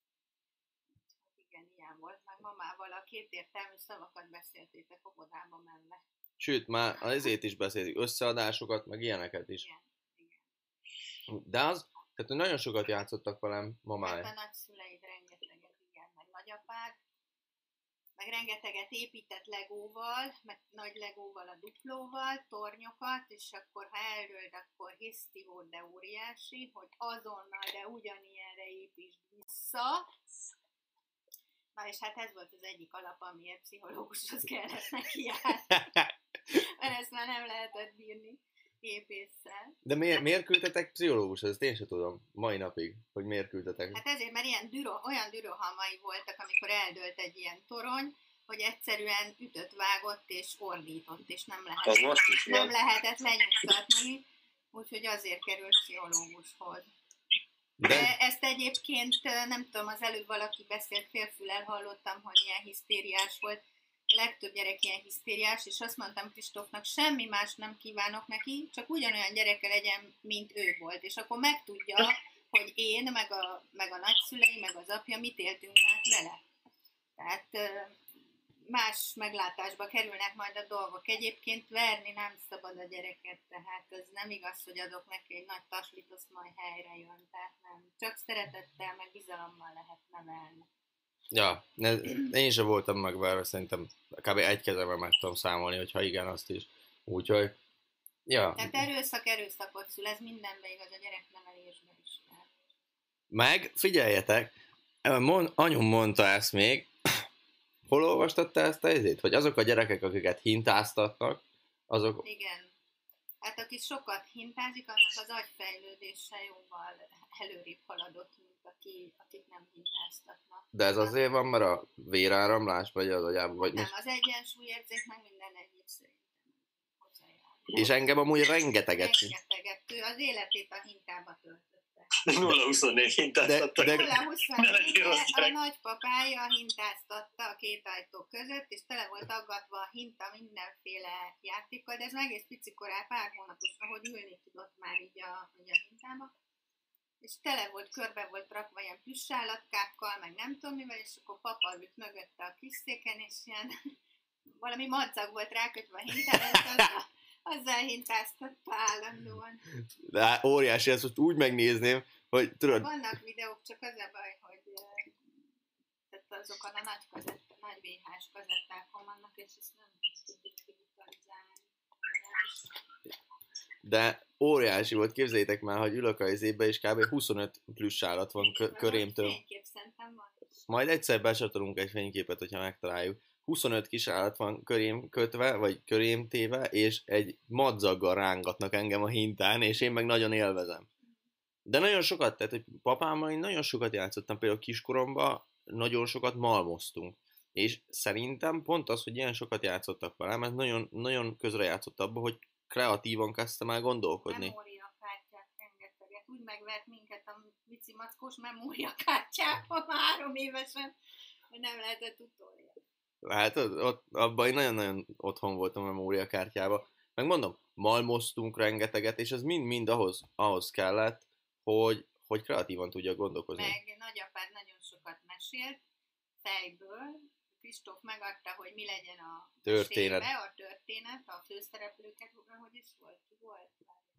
Igen, ilyen volt. Meg mamával a kétértelmű szavakat beszéltétek óvodába menve. Sőt, már ezért is beszéltük, összeadásokat, meg ilyeneket is. Igen, igen. De az, tehát nagyon sokat játszottak velem mamája. Hát a nagyszüleid rengeteget, igen, meg nagyapád. Meg rengeteget épített legóval, meg nagy legóval, a duplóval, tornyokat, és akkor ha eldőlt, akkor hiszti volt, de óriási, hogy azonnal, de ugyanilyenre építsd vissza. Na és hát ez volt az egyik alap, amiért pszichológushoz kellett neki járni. Mert ezt már nem lehetett bírni épésszel. De miért küldtetek pszichológushoz? Ezt én sem tudom mai napig, hogy miért küldtetek. Hát ezért, mert olyan dürohamai voltak, amikor eldőlt egy ilyen torony, hogy egyszerűen ütött, vágott és ordított, és nem lehetett lenyugtatni, úgyhogy azért került pszichológushoz. De ezt egyébként, nem tudom, az előbb valaki beszélt, félfüllel hallottam, hogy ilyen hisztériás volt. Legtöbb gyerek ilyen hisztériás, és azt mondtam Kristófnak, semmi más nem kívánok neki, csak ugyanolyan gyereke legyen, mint ő volt. És akkor megtudja, hogy én, meg a nagyszülei, meg az apja mit éltünk át vele. Tehát más meglátásba kerülnek majd a dolgok. Egyébként verni nem szabad a gyereket, tehát ez nem igaz, hogy adok neki egy nagy taslit, azt majd helyre jön. Tehát nem. Csak szeretettel, meg bizalommal lehet nevelni. Ja, én sem voltam megvárva, szerintem kb. Egy kezemben meg tudom számolni, hogyha igen, azt is. Úgyhogy, ja. Tehát erőszakot szül, ez mindenben igaz, a gyereknevelésben is. Meg, figyeljetek, anyum mondta ezt még, hol olvastad te ezt a izét? Hogy azok a gyerekek, akiket hintáztatnak, azok... Igen. Hát aki sokat hintázik, annak az agyfejlődése jóval előrébb haladott, mint akik nem hintáztatnak. De ez azért van, mert a véráramlás vagy az agyában, vagy nem, most... az egyensúlyérzék meg minden egyéb szerintem hozzájárul. És engem amúgy rengeteget... Ő az életét a hintába töltötte. 0-24 hintáztattak. 0-24, a nagypapája hintáztatta a két ajtó között, és tele volt aggatva a hinta mindenféle játékkal, de ez egész picikorán, pár hónapos, hogy ülni tudott már így a hintába. És tele volt, körbe volt rakva ilyen plüssállatkákkal, meg nem tudom mivel, és akkor papa ült mögötte a kis széken, és ilyen valami madzag volt rákötve a hintára, azzal hintáztatta állandóan. De óriási, ezt most úgy megnézném, hogy tudod... Vannak videók, csak az a baj, hogy tehát azokon a nagy VHS kazettákon vannak, és ezt nem tudjuk digitalizálni. De óriási volt, képzeljétek már, hogy ülök a izébe, és kb. 25 plusz állat van körémtől. Fénykép szerintem van. Majd egyszer becsatolunk egy fényképet, hogyha megtaláljuk. 25 kis állat van körém kötve, vagy körém téve, és egy madzaggal rángatnak engem a hintán, és én meg nagyon élvezem. De nagyon sokat, tehát hogy papámmal én nagyon sokat játszottam, például kiskoromban nagyon sokat malmoztunk. És szerintem pont az, hogy ilyen sokat játszottak velem, ez nagyon, nagyon közre játszott abba, hogy kreatívan kezdtem el gondolkodni. Memóriakártyák rengeteget. Úgy megvert minket a vicimackós memóriakártyába 3 évesen, hogy nem lehetett utolérni. Hát abban én nagyon-nagyon otthon voltam a memóriakártyába. Megmondom, malmoztunk rengeteget, és ez mind-mind ahhoz kellett, hogy kreatívan tudja gondolkozni. Meg nagyapád nagyon sokat mesélt, fejből. Kristóf megadta, hogy mi legyen a történet. A történet, a főszereplőket, hogy is volt.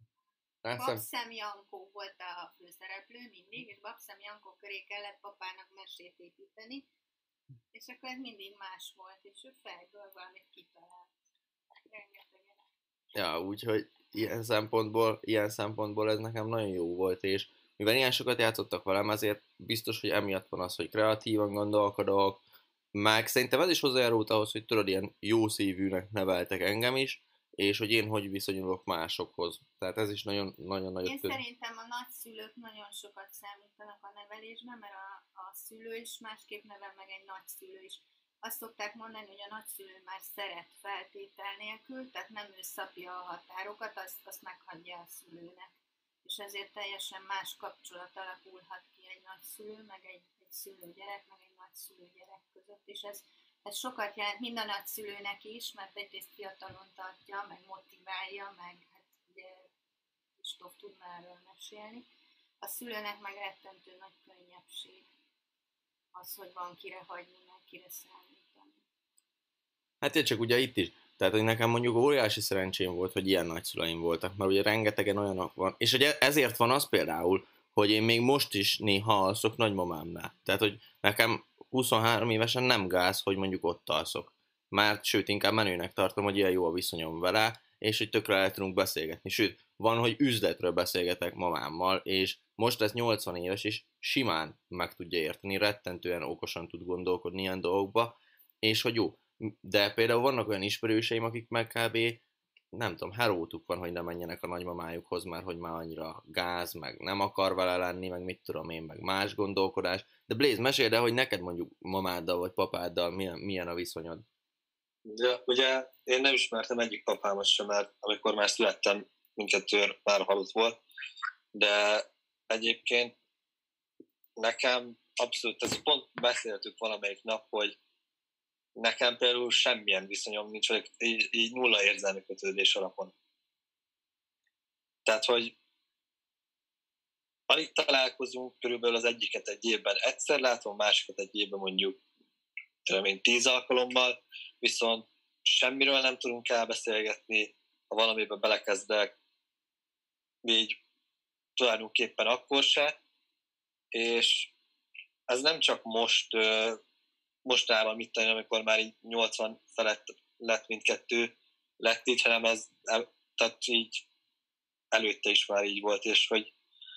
Babszem Jankó volt a főszereplő mindig, és Babszem Jankó köré kellett papának mesét építeni, és akkor ez mindig más volt, és ő fejből valamit kitalált. Rengetegen. Ja, úgyhogy ilyen szempontból ez nekem nagyon jó volt, és mivel ilyen sokat játszottak velem, ezért biztos, hogy emiatt van az, hogy kreatívan gondolkodok, meg szerintem ez is hozzájárult ahhoz, hogy tudod, ilyen jó szívűnek neveltek engem is, és hogy én hogy viszonyulok másokhoz. Tehát ez is nagyon nagyot. Én szerintem a nagyszülők nagyon sokat számítanak a nevelésben, mert a szülő is másképp nevel meg egy nagyszülő is. Azt szokták mondani, hogy a nagyszülő már szeret feltétel nélkül, tehát nem ő szabja a határokat, azt meghagyja a szülőnek. És ezért teljesen más kapcsolat alakulhat ki egy nagyszülő, meg egy szülő-gyerek, meg egy nagyszülő-gyerek között. És ez sokat jelent mind a nagyszülőnek is, mert egyrészt fiatalon tartja, meg motiválja, meg hát ugye Kristóf tudna erről mesélni. A szülőnek meg rettentő nagy könnyebbség az, hogy van kire hagyni, meg kire számítani. Hát én csak ugye itt is. Tehát, hogy nekem mondjuk óriási szerencsém volt, hogy ilyen nagyszüleim voltak, mert ugye rengetegen olyanok van. És ugye ezért van az például, hogy én még most is néha alszok nagymamámnál. Tehát, hogy nekem 23 évesen nem gáz, hogy mondjuk ott alszok. Már sőt, inkább menőnek tartom, hogy ilyen jó a viszonyom vele, és hogy tökre el tudunk beszélgetni. Sőt, van, hogy üzletről beszélgetek mamámmal, és most lesz 80 éves, és simán meg tudja érteni, rettentően okosan tud gondolkodni ilyen dolgokba, és hogy jó. De például vannak olyan ismerőseim, akik meg kb. Nem tudom, herótuk van, hogy ne menjenek a nagymamájukhoz, mert hogy már annyira gáz, meg nem akar vele lenni, meg mit tudom én, meg más gondolkodás. De Blaze, meséld el, hogy neked mondjuk mamáddal vagy papáddal milyen a viszonyod? Ja, ugye én nem ismertem egyik papámat sem, mert amikor már születtem, mindkettő már halott volt, de egyébként nekem abszolút, ez pont beszéltük valamelyik nap, hogy nekem például semmilyen viszonyom nincs, vagy így nulla érzelmi kötődés alapon. Tehát, hogy alig találkozunk, körülbelül az egyiket egy évben egyszer látom, másikat egy évben mondjuk 10 alkalommal, viszont semmiről nem tudunk elbeszélgetni, ha valamibe belekezdek, így tulajdonképpen akkor se, és ez nem csak mostában, mit tenni, amikor már így 80 felett lett mindkettő, lett így, hanem tehát így előtte is már így volt, és hogy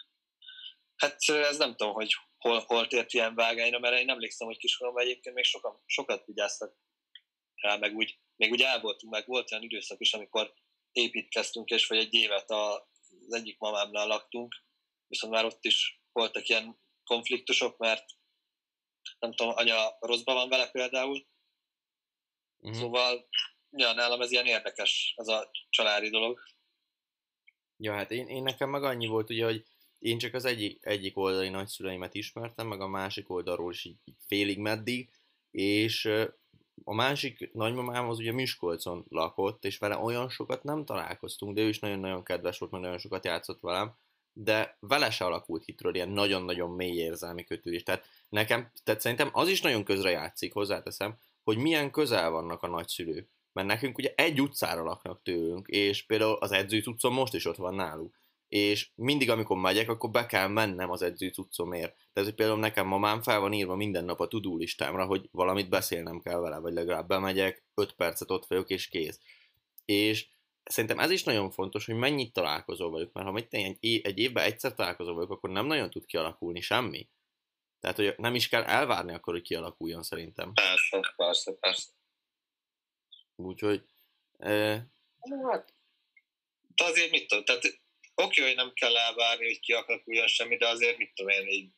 hát ez nem tudom, hogy hol tért ilyen vágányra, mert én emlékszem, hogy kiskoromban egyébként még sokat vigyáztak rá, még úgy el voltunk, meg volt olyan időszak is, amikor építkeztünk, és vagy egy évet az egyik mamámnál laktunk, viszont már ott is voltak ilyen konfliktusok, mert nem tudom, anya rosszban van vele például. Szóval, ja, nálam ez ilyen érdekes, ez a családi dolog. Ja, hát én nekem meg annyi volt, ugye, hogy én csak az egyik oldali nagyszüleimet ismertem, meg a másik oldalról is így félig meddig, és a másik nagymamám az ugye Miskolcon lakott, és vele olyan sokat nem találkoztunk, de ő is nagyon-nagyon kedves volt, mert nagyon sokat játszott velem, de vele se alakult ki, tudod, ilyen nagyon-nagyon mély érzelmi kötődés. Tehát szerintem az is nagyon közre játszik, hozzáteszem, hogy milyen közel vannak a nagyszülők. Mert nekünk ugye egy utcára laknak tőlünk, és például az edzőcuccom most is ott van náluk. És mindig, amikor megyek, akkor be kell mennem az edzőcuccomért. Tehát, hogy például nekem mamám fel van írva minden nap a to-do listámra, hogy valamit beszélnem kell vele, vagy legalább bemegyek, 5 percet ott vagyok, és kész. És szerintem ez is nagyon fontos, hogy mennyit találkozol velük, mert ha egy évben egyszer találkozol velük, akkor nem nagyon tud kialakulni semmi. Tehát, hogy nem is kell elvárni akkor, hogy kialakuljon szerintem. Persze. Úgyhogy... Hát, de azért mit tudom, tehát oké, hogy nem kell elvárni, hogy kialakuljon semmi, de azért mit tudom én így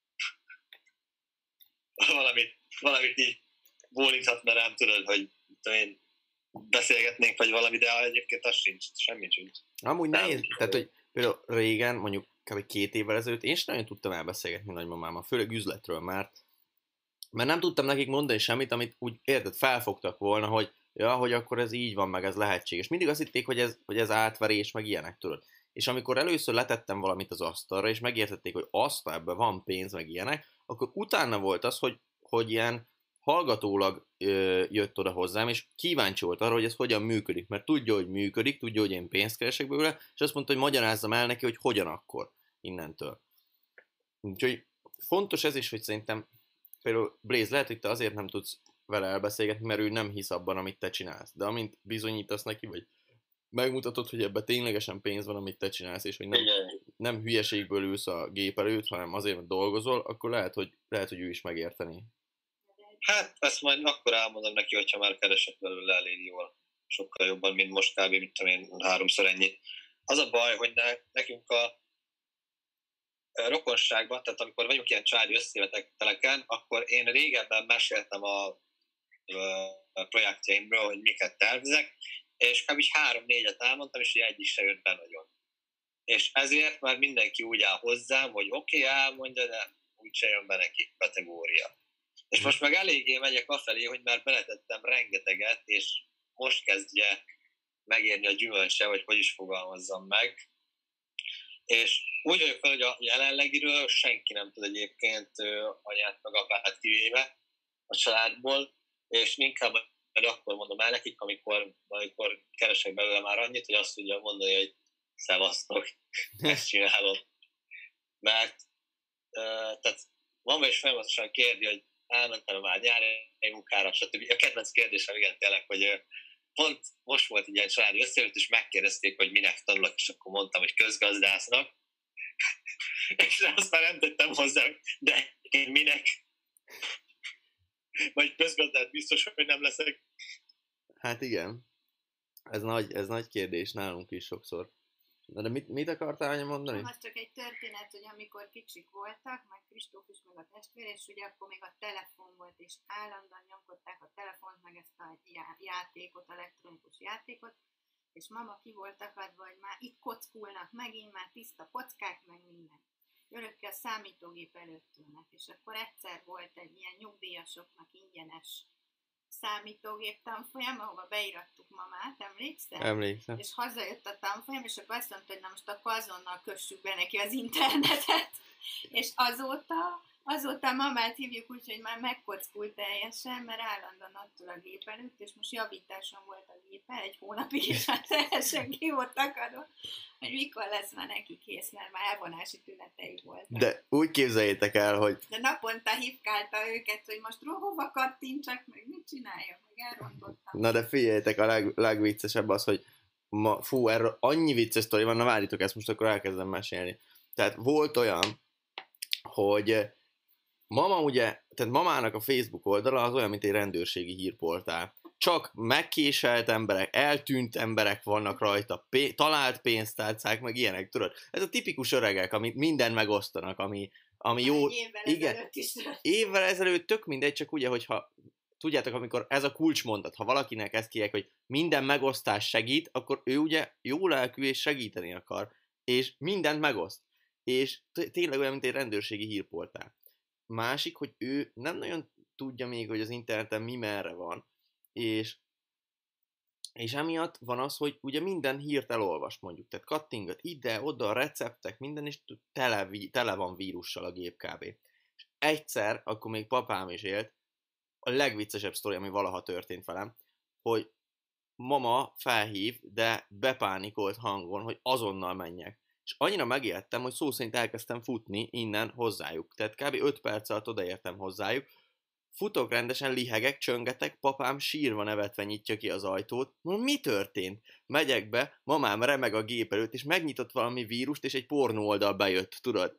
valamit így bólinthatna rám, tudod, hogy mit tudom én, beszélgetnénk, vagy valami, de egyébként az sincs, semmi sincs. Amúgy nehéz, tehát, hogy például régen, mondjuk kb. 2 évvel ezelőtt én sem nagyon tudtam elbeszélgetni nagymamámmal, főleg üzletről, mert nem tudtam nekik mondani semmit, amit úgy érted, felfogtak volna, hogy ja, hogy akkor ez így van, meg ez lehetséges. Mindig azt hitték, hogy ez átverés, meg ilyenek, tudod. És amikor először letettem valamit az asztalra, és megértették, hogy ebben van pénz, meg ilyenek, akkor utána volt az, hogy ilyen hallgatólag jött oda hozzám, és kíváncsi volt arra, hogy ez hogyan működik, mert tudja, hogy működik, tudja, hogy én pénzt keresek belőle, és azt mondta, hogy magyarázzam el neki, hogy hogyan akkor innentől. Úgyhogy fontos ez is, hogy szerintem például Blaze, lehet, hogy te azért nem tudsz vele elbeszélgetni, mert ő nem hisz abban, amit te csinálsz. De amint bizonyítasz neki, vagy megmutatod, hogy ebben ténylegesen pénz van, amit te csinálsz, és hogy nem hülyeségből ülsz a gép előtt, hanem azért, mert dolgozol, akkor lehet, hogy ő is megérteni. Hát, ezt majd akkor elmondom neki, hogyha már keresek belőle elég jól. Sokkal jobban, mint most kb. Mint én 3-szor ennyi. Az a baj, hogy nekünk a rokonságban, tehát amikor vagyunk ilyen családi összejöveteleken, akkor én régebben meséltem a projektjeimről, hogy miket tervezek, és kb. 3-4-et elmondtam, és egyik se jött be nagyon. És ezért már mindenki úgy áll hozzám, hogy oké, elmondja, de úgyse jön be neki kategória. És most meg eléggé megyek afelé, hogy már beletettem rengeteget, és most kezdje megérni a gyümölcse, vagy hogy is fogalmazzam meg. És úgy vagyok fel, hogy a jelenlegiről senki nem tud egyébként anyát meg apát kivéve a családból, és inkább akkor mondom el nekik, amikor keresek belőle már annyit, hogy azt tudjam mondani, hogy szevasztok, ezt csinálom. Mert tehát mama is folyamatosan kérdi, hogy elmentem már nyári munkára, stb. A kedvenc kérdésem igen tényleg, hogy pont most volt egy ilyen családi összejött, és megkérdezték, hogy minek tanulok, és akkor mondtam, hogy közgazdásznak. És aztán nem tettem hozzá, de én minek? Vagy közgazdát biztos, hogy nem leszek. Hát igen. Ez nagy kérdés nálunk is sokszor. De mit akartál mondani? Az csak egy történet, hogy amikor kicsik voltak, meg Kristóf is, meg a testvér, és ugye akkor még a telefon volt, és állandóan nyomkodták a telefont, meg ezt a játékot, elektronikus játékot, és mama ki volt akadva, hogy már itt kockulnak megint, már tiszta kockák, meg minden. Örökké a számítógép előtt ülnek, és akkor egyszer volt egy ilyen nyugdíjasoknak ingyenes számítógép tanfolyam, ahova beirattuk mamát, emlékszel? Emlékszem. És hazajött a tanfolyam, és akkor azt mondta, hogy na most akkor azonnal kössük be neki az internetet. És azóta mamát hívjuk úgy, hogy már megkockult teljesen, mert állandóan attól a gép előtt, és most javításon volt a gépe, egy hónapig is már teljesen ki volt akadva, hogy mikor lesz már neki kész, mert már elvonási tünetei voltak. De úgy képzeljétek el, hogy... De naponta hívkálta őket, hogy most hova kattintsak, meg mit csináljak, meg elrontottam. Na de figyeljetek, a legviccesebb az, hogy erről annyi vicces sztori van, na várjátok, ezt most akkor elkezdem mesélni. Tehát volt olyan, hogy mama ugye, tehát mamának a Facebook oldala az olyan, mint egy rendőrségi hírportál. Csak megkéselt emberek, eltűnt emberek vannak rajta, talált pénztárcák, meg ilyenek, tudod? Ez a tipikus öregek, amit minden megosztanak, ami jó... Évvel ezelőtt tök mindegy, csak ugye, hogyha tudjátok, amikor ez a kulcsmondat, ha valakinek ezt kérjek, hogy minden megosztás segít, akkor ő ugye jó lelkű és segíteni akar, és mindent megoszt. És tényleg olyan, mint egy rendőrségi hírportál. Másik, hogy ő nem nagyon tudja még, hogy az interneten mi merre van, és emiatt van az, hogy ugye minden hírt elolvas mondjuk, tehát kattingat ide, oda, receptek, minden, és tele van vírussal a gép kb. És egyszer, akkor még papám is élt, a legviccesebb sztori, ami valaha történt velem, hogy mama felhív, de bepánikolt hangon, hogy azonnal menjek. És annyira megijedtem, hogy szó szerint elkezdtem futni innen hozzájuk. Tehát kb. 5 perc alatt odaértem hozzájuk. Futok rendesen, lihegek, csöngetek, papám sírva nevetve nyitja ki az ajtót. Mondom, mi történt? Megyek be, mamám remeg a gép előtt, és megnyitott valami vírust, és egy pornó oldal bejött, tudod?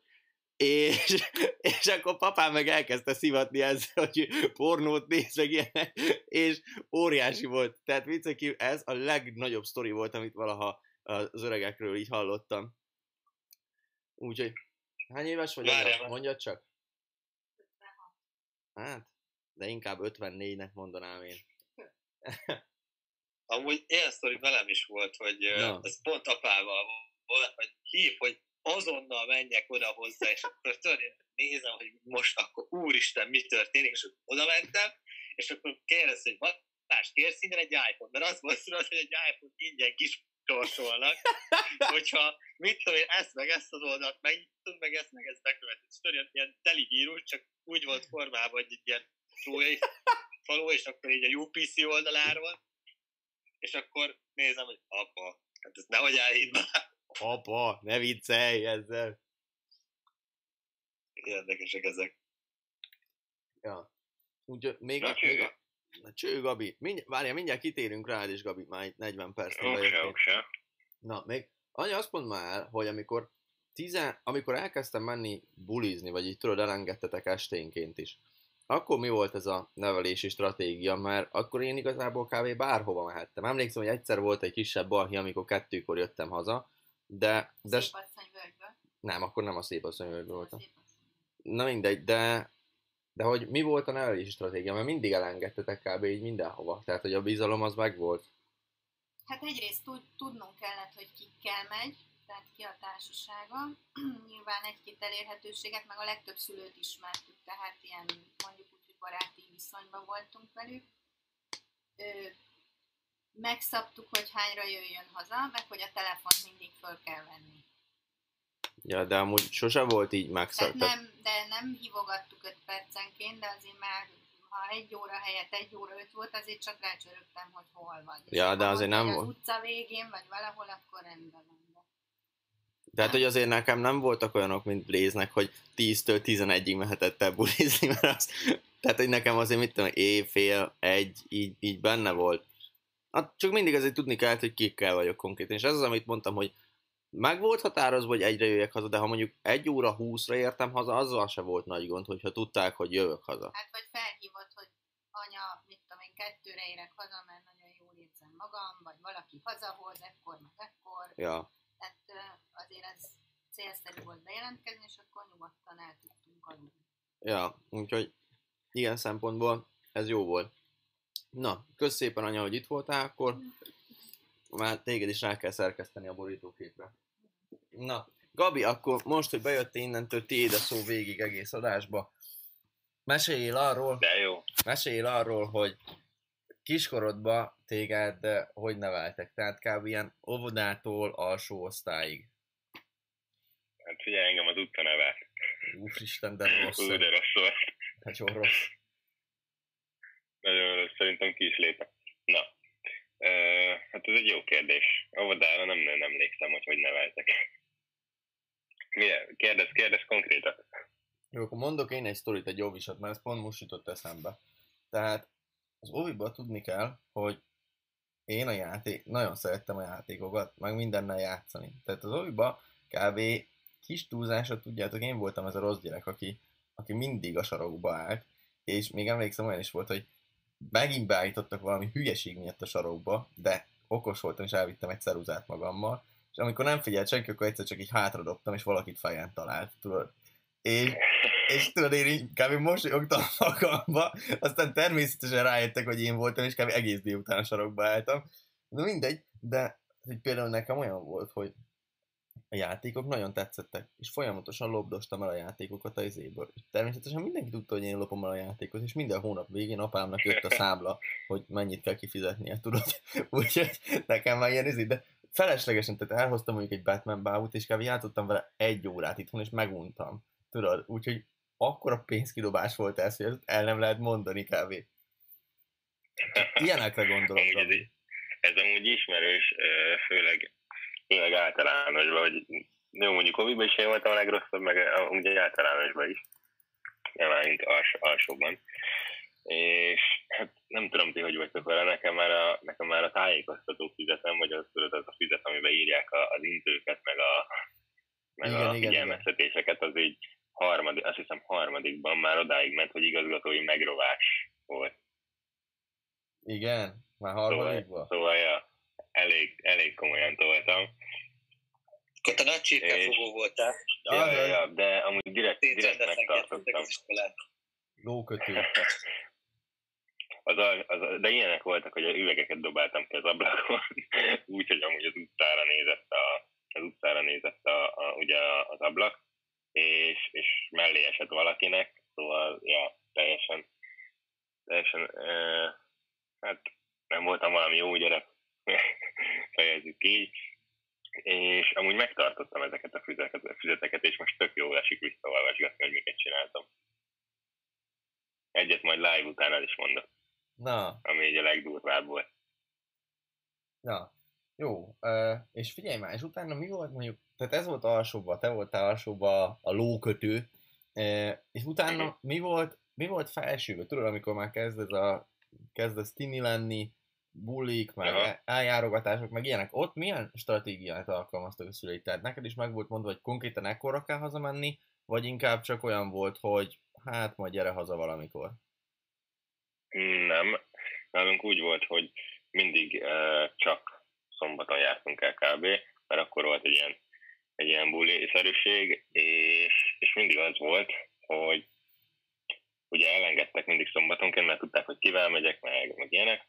És akkor papám meg elkezdte szivatni ezzel, hogy pornót néz, meg ilyenek, és óriási volt. Tehát vicceki, ez a legnagyobb sztori volt, amit valaha az öregekről így hallottam. Úgyhogy, hány éves vagy? Mondjad csak. 56. Hát, de inkább 54-nek mondanám én. Amúgy ilyen sztori velem is volt, hogy ez pont apával volt, hogy hív, hogy azonnal menjek oda hozzá, és akkor nézem, hogy most akkor úristen, mi történik, és akkor oda mentem, és akkor kérdez, hogy Balázs, kérsz innen egy iPhone, mert azt mondod, hogy egy iPhone ingyen kisorsolnak, hogyha mit tudom én, ezt meg ezt az oldalt megnyitunk, meg ezt bekövetett. És ilyen teli vírus, csak úgy volt formában, hogy ilyen Trójai falu, és akkor így a UPC oldaláról, és akkor nézem, hogy apa, hát ezt nehogy elhidd már. Apa, ne viccelj ezzel. Érdekesek ezek. Ja. Úgyhogy még Na, cső, Gabi. Várjál, mindjárt kitérünk rád is, Gabi. Már 40 percnél Oké. Na, még anya azt mondd már, hogy amikor elkezdtem menni bulizni, vagy így tudod, elengedtetek esténként is, akkor mi volt ez a nevelési stratégia? Mert akkor én igazából kb. Bárhova mehettem. Emlékszem, hogy egyszer volt egy kisebb balhé, amikor 2-kor jöttem haza, de Szépasszonyvölgyből. nem, akkor nem a Szépasszonyvölgyből voltam. Szépasszony. Na mindegy, de hogy mi volt a nevelési stratégia? Mert mindig elengedtetek kb. Így mindenhova. Tehát, hogy a bizalom az megvolt. Hát egyrészt tudnunk kellett, hogy kikkel megy, tehát ki a társasága. Nyilván egy-két elérhetőséget, meg a legtöbb szülőt ismertük, tehát ilyen mondjuk úgy, hogy baráti viszonyban voltunk velük. Megszabtuk, hogy hányra jöjjön haza, meg hogy a telefont mindig föl kell venni. Ja, de amúgy sose volt így De nem hívogattuk 5 percenként, de azért már ha 1 óra helyett 1 óra 5 volt, azért csak rácsörögtem, hogy hol vagy. Ja, de azért nem volt. Az utca végén, vagy valahol, akkor rendben van. Tehát, hogy azért nekem nem voltak olyanok, mint Blaze-nek, hogy 10-től 11-ig mehetett el bulizni, mert az... Tehát, hogy nekem azért mit tudom, éjfél, 1, így benne volt. Hát csak mindig azért tudni kellett, hogy kikkel vagyok konkrétan. És ez az, amit mondtam, hogy meg volt határozva, hogy egyre jöjjek haza, de ha mondjuk 1 óra 20-ra értem haza, azzal se volt nagy gond, hogyha tudták, hogy jövök haza. Hát vagy felhívott, hogy anya, mit tudom én, 2-re érek haza, mert nagyon jól érzem magam, vagy valaki hazahoz, ekkor, meg ekkor. Ja. Tehát azért ez célszerű volt bejelentkezni, és akkor nyugodtan el tudtunk aludni. Ja, úgyhogy ilyen szempontból ez jó volt. Na, kösz szépen, anya, hogy itt voltál, akkor már téged is rá kell szerkeszteni a borítóképre. Na, Gabi, akkor most, hogy bejöttél innentől, tiéd a szó végig egész adásba. Meséljél arról, hogy kiskorodban téged hogy neveltek? Tehát kb. Ilyen óvodától alsó osztályig. Hát figyelj, engem az utca nevelt. Úristen, de rossz. De rossz volt. Nagyon rossz. Nagyon rossz, szerintem ki is lépek. Na, hát ez egy jó kérdés. Óvodára nem emlékszem, hogy neveltek. Kérdez konkrétat. Jó, akkor mondok én egy sztorit, egy óvisat, mert ez pont most jutott eszembe. Tehát az óviban tudni kell, hogy én nagyon szerettem a játékokat, meg mindennel játszani. Tehát az óviban kb. Kis túlzásra tudjátok, én voltam ez a rossz gyerek, aki mindig a sarokba állt, és még emlékszem, olyan is volt, hogy megint beállítottak valami hülyeség miatt a sarokba, de okos voltam, és elvittem egy ceruzát magammal, és amikor nem figyelt senki, akkor egyszer csak így hátradobtam, és valakit fején talált, tudod. És tudod, én így kb. Mosolyogtam magamba, aztán természetesen rájöttek, hogy én voltam, és kb. Egész délután a sarokba álltam. De mindegy, de hogy például nekem olyan volt, hogy a játékok nagyon tetszettek, és folyamatosan lopdostam el a játékokat az izéből. Természetesen mindenki tudta, hogy én lopom el a játékot, és minden hónap végén apámnak jött a számla, hogy mennyit kell kifizetnie, tudod. Úgyhogy nekem már ilyen izé, de feleslegesen, tehát elhoztam mondjuk egy Batman bábút, és kb. Játszottam vele 1 órát itthon, és meguntam. Tudod, úgyhogy akkora pénzkidobás volt ez, hogy ezt el nem lehet mondani kb. Ilyenekre gondolok. Ez amúgy ismerős, főleg általánosban, hogy jó, mondjuk Oviban is én voltam a legrosszabb, meg amúgy általánosban is. Nem állunk alsóban. És hát nem tudom ti, hogy vagytok vele, nekem már a tájékoztató fizetem, vagy az a fizet, amiben írják az intőket, meg a figyelmeztetéseket, az így azt hiszem harmadikban már odáig ment, hogy igazgatói megrovás volt. Igen? Már harmadikban? Szóval ja, elég komolyan toltam. Akkor te nagy csirkefogó voltál. Ja, de amúgy direkt megtartottam. Lókötő. De ilyenek voltak, hogy a üvegeket dobáltam ki az ablakon, úgyhogy amúgy az utcára nézett ugye az ablak, és mellé esett valakinek, szóval ja, teljesen hát nem voltam valami jó gyerek, fejezzük így, és amúgy megtartottam ezeket a füzeteket, és most tök jól esik visszaolvasgatni, hogy miket csináltam. egyet majd live után el is mondok. Na. Ami így a legdurvább volt. Na, jó. És figyelj már, és utána mi volt mondjuk, tehát ez volt alsóba, te voltál alsóba a lókötő, és utána mi volt felsőbe? Tudod, amikor már kezdesz tini lenni, bulik, meg eljárogatások, meg ilyenek. Ott milyen stratégiát alkalmaztak a szüleid? Tehát neked is meg volt mondva, hogy konkrétan ekkorra kell hazamenni, vagy inkább csak olyan volt, hogy hát majd gyere haza valamikor? Nem. Nálunk úgy volt, hogy mindig csak szombaton jártunk el kb., mert akkor volt egy ilyen buli-szerűség, és mindig az volt, hogy ugye elengedtek mindig szombatonként, mert tudták, hogy kivel megyek, meg ilyenek,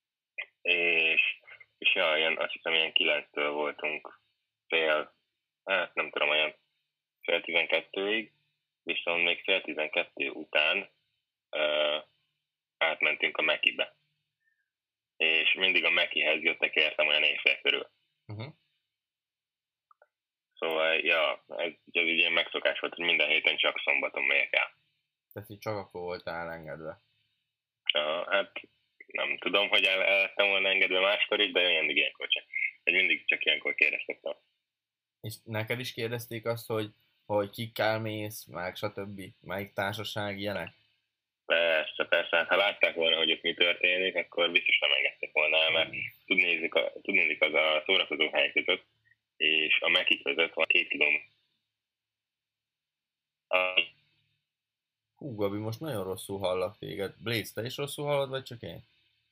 és azt hiszem ilyen 9-től voltunk nem tudom, olyan fél 12-ig, viszont még fél 12 után átmentünk a Mekibe. És mindig a Mekihez jöttek értem olyan éjfél körül. Uh-huh. Szóval, ja, ez egy ilyen megszokás volt, hogy minden héten csak szombaton megyek el. Tehát így csak akkor voltál elengedve. Hát nem tudom, hogy el lettem volna engedve máskor is, de mindig ilyenkor sem. Mindig csak ilyenkor kérdeztettem. És neked is kérdezték azt, hogy kikkel mész, meg stb. Melyik társaság, ilyenek? Persze. Hát ha látták volna, hogy ott mi történik, akkor biztos nem engedtek volna el, mert tudnék az a szórakozó hely között, és a Meki között van 2 kilométer. Hú, Gabi, most nagyon rosszul hallak téged. Blaze, te is rosszul hallod, vagy csak én?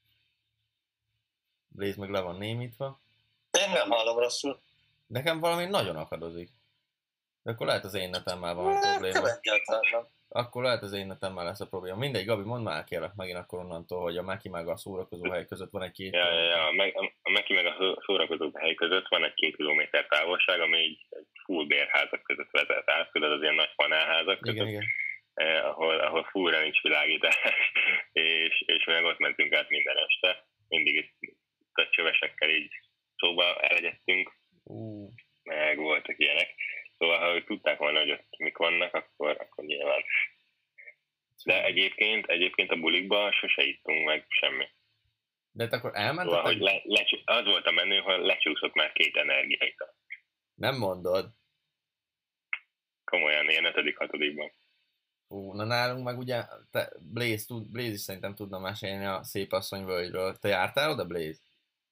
Blaze meg le van némítva. Én nem hallom rosszul. Nekem valami nagyon akadozik. De akkor lehet az én netemmel van a probléma. Akkor lehet az én netemmel lesz a probléma. Mindegy, Gabi, mondd már kérlek megint akkor onnantól, hogy a Meki meg a szórakozóhely között van egy 2 a Meki meg a szórakozóhely között van egy 2 kilométer távolság, ami így full bérházak között vezet át, tudod, az ilyen nagy panelházak között. Igen. Ahol fullra nincs világítás, és meg ott mentünk át minden este. Mindig itt csövesekkel így szóba elegyeztünk, meg voltak ilyenek. Szóval, ha tudták volna, hogy ott mik vannak, akkor nyilván. De egyébként a bulikba sose ittunk meg semmi. De akkor elmentetek? Szóval, hogy az volt a menő, hogy lecsúszott már 2 energiaital. Nem mondod? Komolyan, ilyen 5.-6.-ban. Na nálunk meg ugye, Blaze is szerintem tudna mesélni a Szépasszony völgyről. Te jártál oda, Blaze?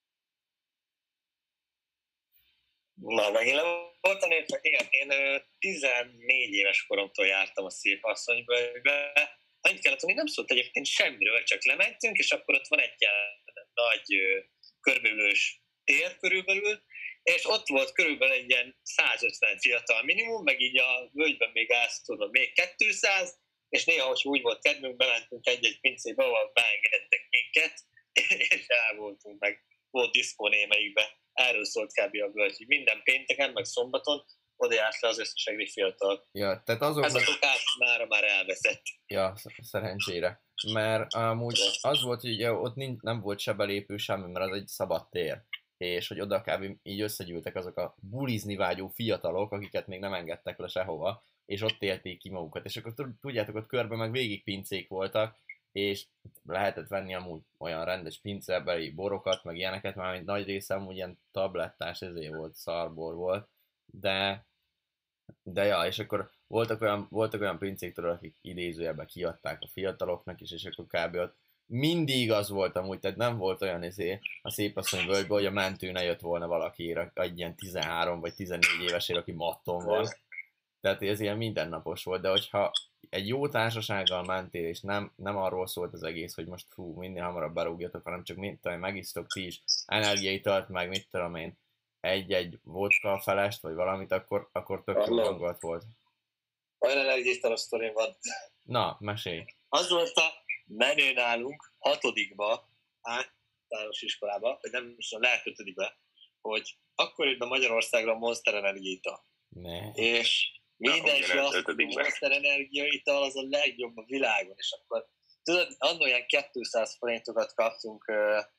Na, megint le voltam értve, igen, én 14 éves koromtól jártam a Szépasszony völgybe. Annyit kellett tudni, nem szólt egyébként semmiről, csak lementünk, és akkor ott van egy ilyen nagy körbeülős tér körülbelül, és ott volt körülbelül egy ilyen 150 fiatal minimum, meg így a völgyben még állsz, tudod, még 200, és néha, hogy úgy volt kedvünk, bementünk egy-egy pincébe, ahol beengedtek minket, és el voltunk, meg volt diszkó némelyikbe. Erről szólt kb. A völgy, hogy minden pénteken, meg szombaton oda járt le az összes egri fiatal. Ja, tehát ez a szokás már elveszett. Ja, szerencsére. Mert amúgy az volt, hogy ugye, ott nem volt se belépő semmi, mert az egy szabad tér. És hogy oda kb. Így összegyűltek azok a bulizni vágyó fiatalok, akiket még nem engedtek le sehova, és ott élték ki magukat. És akkor tudjátok, ott körben meg végig pincék voltak, és lehetett venni amúgy olyan rendes pincebeli borokat, meg ilyeneket, már mint nagy része amúgy ilyen tablettás volt, szarbor volt, de ja, és akkor voltak olyan pincék, tudod, akik idézőjelben kiadták a fiataloknak is, és akkor kb. Ott mindig az volt amúgy, tehát nem volt olyan a Szépasszony völgyben, hogy a mentő ne jött volna valakiére, egy ilyen 13 vagy 14 évesére, aki matton van. Tehát ez ilyen mindennapos volt, de hogyha egy jó társasággal mentél, és nem arról szólt az egész, hogy most minél hamarabb berúgjatok, hanem csak megisztok ti is energiaitalt, meg mit tudom én, egy vodka felest, vagy valamit, akkor tök jó hangolt volt. Olyan energiaitalos sztorim van. Na, mesélj. Az volt a menő nálunk 6-ba, általános iskolába, vagy nem is lehet 5-be, hogy akkor jött be Magyarországra a Monster energiaital. És mindenki azt, hogy a Monster energiaital az a legjobb a világon, és akkor tudod, annól olyan 200 forintokat kaptunk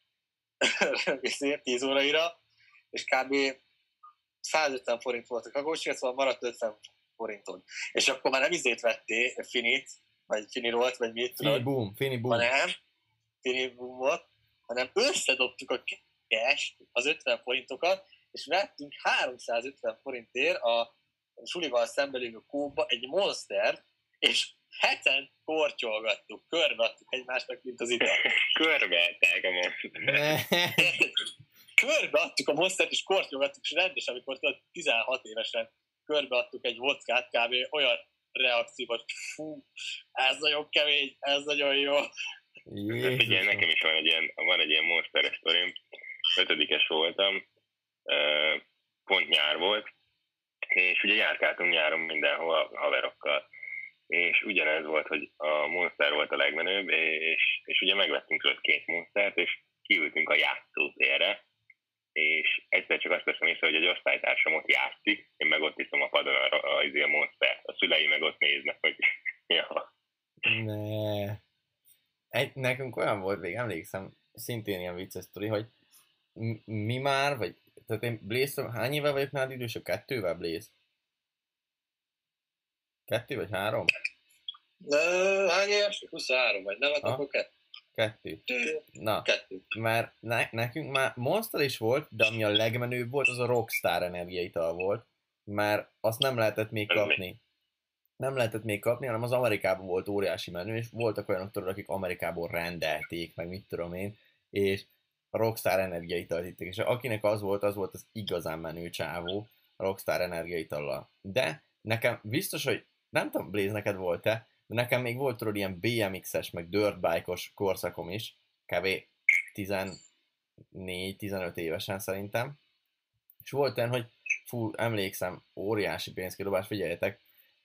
10 óraira, és kb. 150 forint volt a kagócsiga, szóval maradt 50 forinton. És akkor már nem vettél finit, vagy Finirolt, vagy mit tudod. Finibumot, hanem összedobtuk a cash, az 50 forintokat, és vettünk 350 forintért a sulival szemben lévő kóba egy monstert, és heten kortyolgattuk, körbeadtuk egymásnak, mint az ital. Körbeadták a monstert. Körbeadtuk a monstert, és kortyolgattuk, és rendesen, amikor 16 évesen körbeadtuk egy vodkát, kb. Olyan reakció, hogy fú, ez nagyon kemény, ez nagyon jó. Hát igen, nekem is van egy ilyen monsteres sztorim. 5-es voltam, pont nyár volt, és ugye járkáltunk nyáron mindenhol haverokkal. És ugyanez volt, hogy a Monster volt a legmenőbb, és ugye megvettünk tőle 2 Monstert, és kiültünk a játszótérre, és egyszer csak azt veszem észre, hogy egy osztálytársam ott játszik, én meg ott iszom a padon a Monstert. A szülei meg ott néznek, hogy ja. Nekünk olyan volt, még emlékszem, szintén ilyen vicces sztori, hogy mi már, vagy tehát én Blaze, hány éve vagyok nálad idősebb? 2-vel Blaze? 2 vagy 3? Hány éves? 23 vagy, nem? Akkor 2. Na, 2. Mert nekünk már Monster is volt, de ami a legmenőbb volt, az a Rockstar energiaital volt, mert azt nem lehetett még kapni. Nem lehetett még kapni, hanem az Amerikában volt óriási menő, és voltak olyanok, tudod, akik Amerikából rendelték, meg mit tudom én, és a Rockstar energiaitalt itték, és akinek az volt az igazán menő csávó a Rockstar energiaitallal. De nekem biztos, hogy nem tudom, Blaze, neked volt-e, de nekem még volt tudod ilyen BMX-es, meg dirtbike-os korszakom is, kb. 14-15 évesen szerintem. És volt olyan, hogy fú, emlékszem, óriási pénzkidobás, figyeljetek,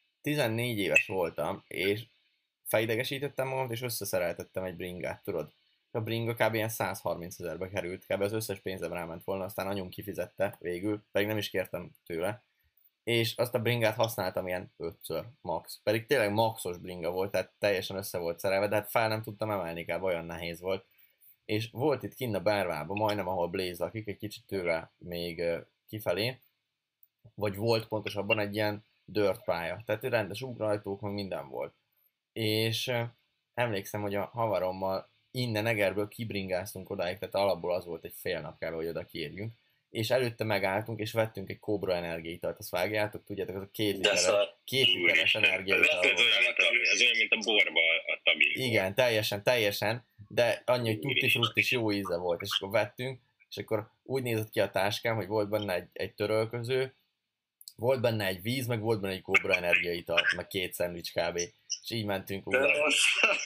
14 éves voltam, és felidegesítettem magam, és összeszereltettem egy bringát, tudod. A bringa kb. Ilyen 130 000-be került, kb. Az összes pénzem ráment volna, aztán anyum kifizette végül, pedig nem is kértem tőle. És azt a bringát használtam ilyen 5-ször max. Pedig tényleg maxos bringa volt, tehát teljesen össze volt szerelve, de hát fel nem tudtam emelni, kb. Olyan nehéz volt. És volt itt kinn a Bervában, majdnem ahol Blaze lakik, egy kicsit tőle még kifelé, vagy volt pontosabban egy ilyen dirt pálya, tehát rendes ugrajtók, meg minden volt. És emlékszem, hogy a havarommal innen Egerből kibringáztunk odáig, tehát alapból az volt egy fél nap kell, hogy oda kiérjünk, és előtte megálltunk, és vettünk egy Cobra energiaitalt, azt vágjátok, tudjátok, az a 2 literes energiaital volt. Ez olyan, mint a borba a tabi. Igen, teljesen, de annyi, hogy tutti frutti jó íze volt, és akkor vettünk, és akkor úgy nézett ki a táskám, hogy volt benne egy törölköző, volt benne egy víz, meg volt benne egy Cobra energiaital, meg 2 szendvics kb. És így mentünk úgy.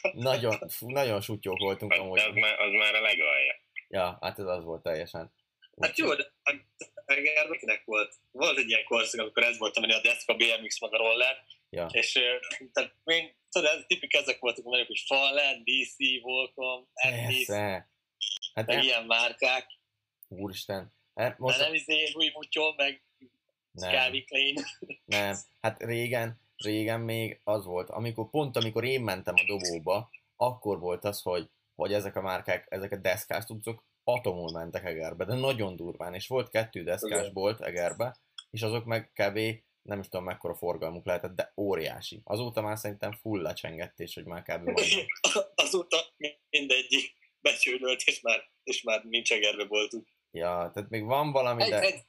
Nagyon sutyók voltunk amúgy. Az már a legalja. Ja, hát ez az volt teljesen. Hát jó, de Egerben kinek volt? Volt egy ilyen korszak, amikor ez volt, amely a deszka, BMX, meg a roller, ja. És tehát én, tudod, tipik ezek voltak a menők, hogy Fallen, DC, Volcom, Ennis, hát ilyen márkák. Úristen. Most nem izé, új mutyol, meg Calvin Klein. Nem, hát régen még az volt, amikor én mentem a dobóba, akkor volt az, hogy ezek a márkák, ezek a deszkás tudcok atomul mentek Egerbe, de nagyon durván, és volt 2 deszkás bolt Egerbe, és azok meg kb. Nem is tudom mekkora forgalmuk lehetett, de óriási. Azóta már szerintem full lecsengettés, hogy már kb. Azóta mindegyik becsődölt, és már nincs Egerbe boltunk. Ja, tehát még van valami, de...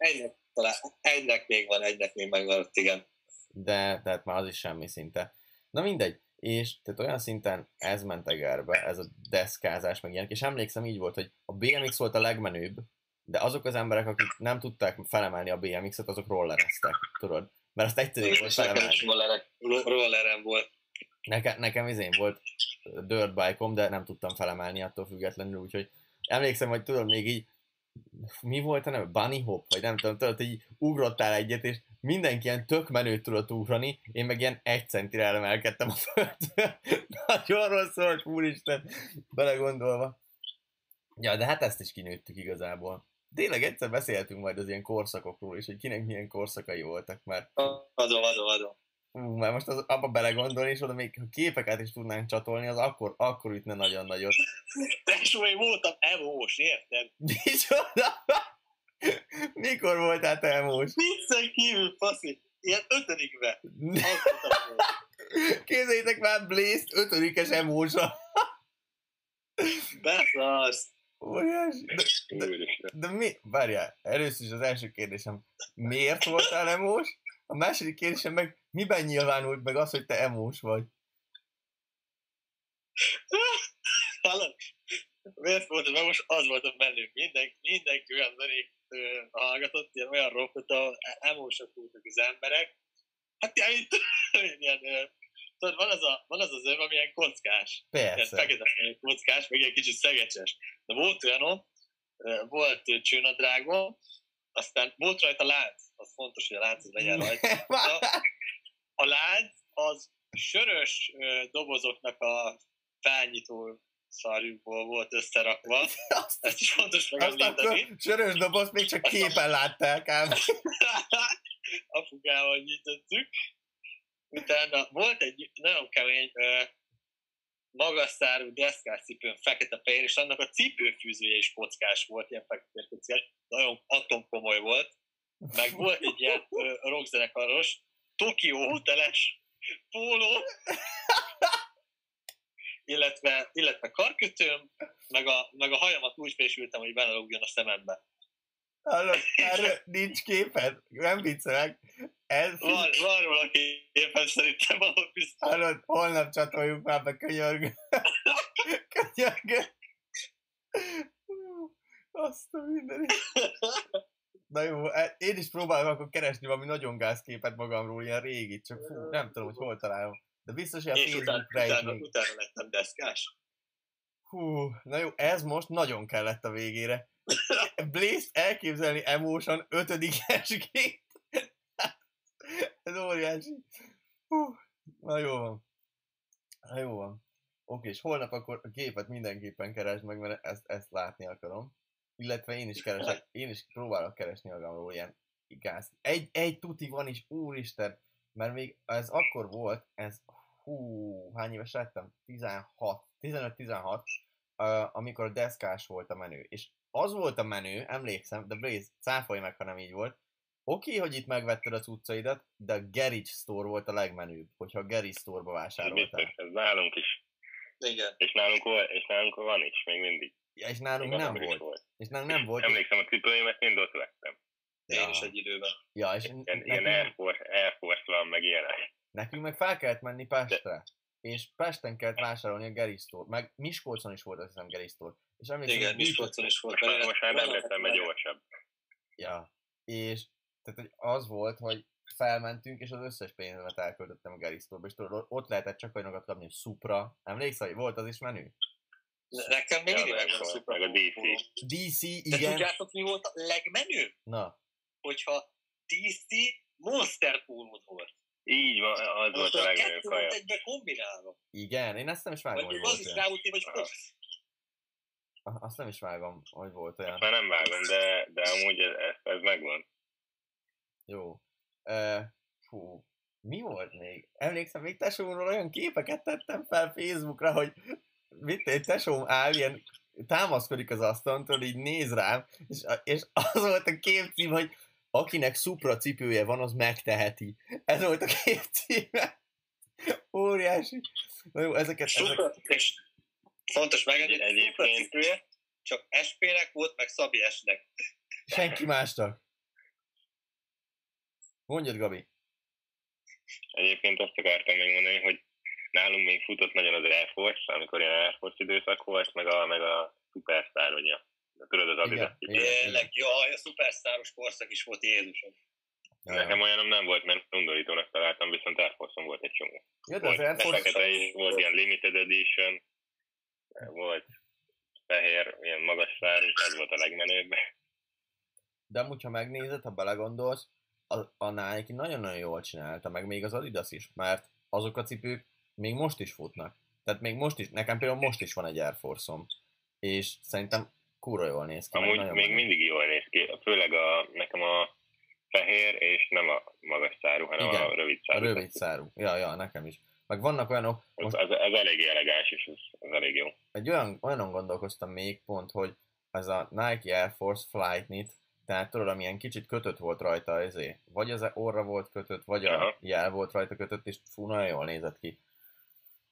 Egynek még megvan, igen. De tehát már az is semmi szinte. Na mindegy. És tehát olyan szinten ez ment Egerbe, ez a deszkázás, meg ilyenek, és emlékszem így volt, hogy a BMX volt a legmenőbb, de azok az emberek, akik nem tudták felemelni a BMX-et, azok rollereztek, tudod? Mert azt egyszerűen volt felemelni. Rollerem volt. Nekem izén volt dirt bike-om, de nem tudtam felemelni attól függetlenül, úgyhogy emlékszem, hogy tudod, még így mi volt a neve? Bunny hop? Vagy nem tudom, tudod, hogy így ugrottál egyet, és mindenki ilyen tök menőt tudott ugrani, én meg ilyen 1 centire elemelkedtem a földről. Nagyon rossz volt, úristen, belegondolva. Ja, de hát ezt is kinőttük igazából. Tényleg egyszer beszéltünk majd az ilyen korszakokról is, hogy kinek milyen korszakai voltak, mert... Adom. Mert most abba belegondolni, és oda még ha képeket is tudnánk csatolni, az akkor ütne nagyon nagyot. Tesó, én voltam emós, érted? Micsoda? Mikor voltál te emós? Viccen kívül, faszi. Ilyen 5-be. Képzeljétek már Blaze-t 5-es emósa. Beszarsz! Óriási. De mi? Várjál, először is az első kérdésem. Miért voltál emós? A második kérdésem meg miben nyilvánult meg az, hogy te emós vagy? Hallod? Miért voltam emós? Az voltam bennünk. Mindenki olyan zenét hallgatott, ilyen olyan rockot, ahol emósok voltak az emberek. Hát ilyen, tudod, van az zöv, ami ilyen kockás. Persze. Ilyen fekete kockás, meg ilyen kicsit szegecses. De volt olyanom, volt csőnadrágom, aztán volt rajta lánc. Az fontos, hogy a lánc az legyen rajta. A lánc az sörös dobozoknak a felnyitó szarjukból volt összerakva. Ezt is fontos megemlíteni. Azt sörös dobozt még csak képen látták ám. Apukával nyitottuk. Utána volt egy nagyon kemény magas szárú deszkás cipőn, fekete-fehér, és annak a cipőfűzője is kockás volt, ilyen fekete-fehér, nagyon atomkomoly volt. Meg volt egy ilyen rockzenekaros, Tokyo hoteles póló, illetve karkötőm, meg a hajamat úgy fésültem, hogy belelógjon a szemembe. Hallod, erről nincs képed? Nem viccelek. Van róla képen szerintem, ahol biztos. Hallod, holnap csatoljuk már be, könyörgő. Könyörgő. Azt a mindenit. Na jó, én is próbálom akkor keresni valami nagyon gázképet magamról, ilyen régit, csak fú, nem tudom, hogy hol találom. De biztos, hogy a Facebook rejt még. Utána lettem deszkás. Hú, na jó, ez most nagyon kellett a végére. Blaze-t elképzelni emósan 5-esként. Ez óriási. Hú, na jó van. Na jó van. Oké, és holnap akkor a képet mindenképpen keresd meg, mert ezt látni akarom. Illetve én is próbálok keresni magamról ilyen gáz. Egy tuti van is, úristen, mert még ez akkor volt, hány éves lettem? 15-16, amikor a deszkás volt a menő. És az volt a menő, emlékszem, de Blaze, cáfolj meg, ha nem így volt. Oké, hogy itt megvetted a cuccaidat, de a Garage Store volt a legmenőbb, hogyha a Garage Store-ba vásároltál. Ez nálunk is. Igen. És nálunk van is, még mindig. Ja, és nálunk nem volt. És nálunk nem volt. Emlékszem, a cipőimet mind ott vettem. Én is egy időben. Ja, és ilyen Air Force van, meg ilyenek. Nekünk meg fel kellett menni Pestre. És Pesten kellett vásárolni a Garage Store. Meg Miskolcon is volt, azt hiszem, Garage Store. És igen, Miskolcon is volt. Most már nem lettem egy gyorsabb. Ja, és tehát hogy az volt, hogy felmentünk, és az összes pénzemet elköltöttem a Garage Store-ba, és tudod, ott lehetett csak olyanokat kapni, hogy Supra. Emlékszel, hogy volt az is menü? Nekem még mindig megvan a Supra. Meg a DC. DC, igen. De tudjátok, mi volt a legmenőbb? Na. Hogyha DC Monster pólót volt. Így van, az volt a legmenőbb kaja. Kettő egybe kombinálva. Igen, én ezt nem is vágom, hogy volt. Vagy az is rá volt, vagy Fox. Azt nem is vágom, hogy volt olyan. Azt már nem vágom, de amúgy ez megvan. Jó. Fú, mi volt még? Emlékszem, még tesómról olyan képeket tettem fel Facebookra, hogy egy tesóm áll, ilyen támaszkodik az asztalon, így néz rám, és az volt a képcím, hogy akinek Supra cipője van, az megteheti. Ez volt a képcíme. Óriási. Na jó, ezeket... És fontos megemlíteni, hogy Supra cipője csak SP-nek volt, meg Szabi S-nek. Senki másnak. Mondjad, Gabi. Egyébként azt akartam még mondani, hogy nálunk még futott nagyon az Air Force, amikor ilyen Air Force időszak volt, meg a Superstar, vagy tudod, az Adidas. Tényleg, jaj, a Superstar-os korszak is volt, Jézusom. Nekem olyanom nem volt, mert undorítónak találtam, viszont Air Force-on volt egy csomó. Ja, de az Air Force... Volt ilyen limited edition, volt fehér, ilyen magas szárú, ez volt a legmenőbb. De amúgy, ha megnézed, ha belegondolsz, a Nike nagyon-nagyon jól csinálta, meg még az Adidas is, mert azok a cipők még most is futnak. Tehát még most is, nekem például most is van egy Air Force-om, és szerintem kurva jól néz ki. Amúgy még mindig jól néz ki, főleg nekem a fehér, és nem a magas szárú, hanem igen, a rövid szárú. A rövid szárú, ja, nekem is. Meg vannak olyanok... Most... Ez eléggé elegáns, és ez elég jó. Egy olyanon gondolkoztam még pont, hogy ez a Nike Air Force Flight Knit, tehát tudod, amilyen kicsit kötött volt rajta ezért. Vagy az orra volt kötött, vagy a jel volt rajta kötött, és fú, nagyon jól nézett ki.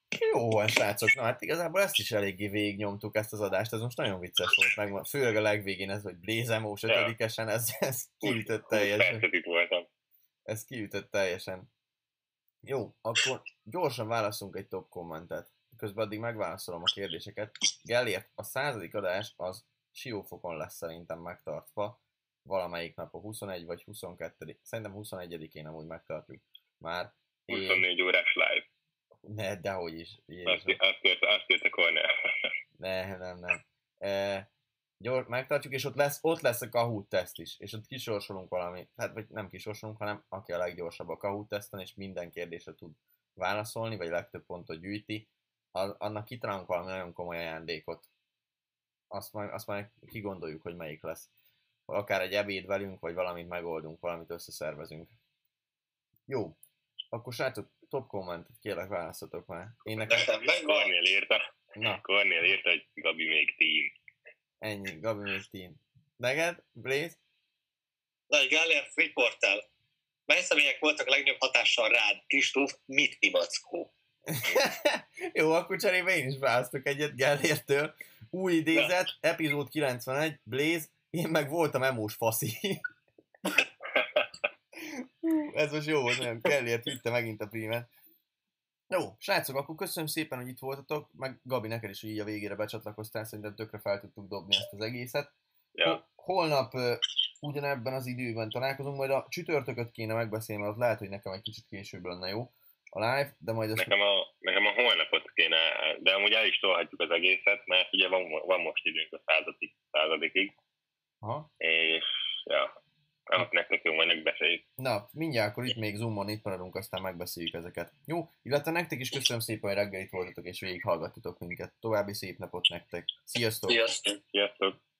Jó van, srácok. Na hát igazából ezt is eléggé végignyomtuk, ezt az adást, ez most nagyon vicces volt, meg főleg a legvégén ez, hogy Blézemós 5-esen, ez kiütött teljesen. Ez kiütött teljesen. Jó, akkor gyorsan válaszunk egy top kommentet. Közben addig megválaszolom a kérdéseket. Gellért, a 100. adás az Siófokon lesz szerintem megtartva. Valamelyik nap a 21 vagy 22. Szerintem 21-én amúgy megtartjuk. Már 24 órás live. Ne, dehogy is. Azt írt a Cornell. Nem. Megtartjuk, és ott lesz a Kahoot teszt is, és ott kisorsolunk valami, hát vagy nem kisorsolunk, hanem aki a leggyorsabb a Kahoot teszten, és minden kérdésre tud válaszolni, vagy legtöbb pontot gyűjti, annak kitalálunk valami nagyon komoly ajándékot. Azt majd kigondoljuk, hogy melyik lesz. Akár egy ebéd velünk, vagy valamit megoldunk, valamit összeszervezünk. Jó, akkor srácok, top kommentet kérlek, választatok már. Cornél írta, hogy Gabi még team. Ennyi, Gabi még team. Neked, Blaze? Nagy Gellért Freeportál. Mely személyek voltak a legnagyobb hatással rád? Kristóf, mit pivackó? Jó, akkor cserébe én is választok egyet Gellértől. Új idézet, epizód 91, Blaze, én meg voltam emós faszi. Ez most jó volt, nagyon Gellért vitte megint a prímet. Jó, srácok, akkor köszönöm szépen, hogy itt voltatok, meg Gabi, neked is, hogy így a végére becsatlakoztál, szerintem tökre fel tudtuk dobni ezt az egészet. Ja. Holnap ugyanebben az időben találkozunk, majd a csütörtököt kéne megbeszélni, mert ott lehet, hogy nekem egy kicsit később lenne jó a live, de majd ezt... Nekem a holnapot kéne, de amúgy el is tolhatjuk az egészet, mert ugye van most időnk a 100-ig. Aha. És ja, nektek jó, majd megbeszéljük. Na, mindjárt akkor itt még Zoomon itt maradunk, aztán megbeszéljük ezeket. Jó, illetve nektek is köszönöm szépen, hogy reggel itt voltatok és végighallgattatok minket. További szép napot nektek. Sziasztok! Sziasztok! Sziasztok!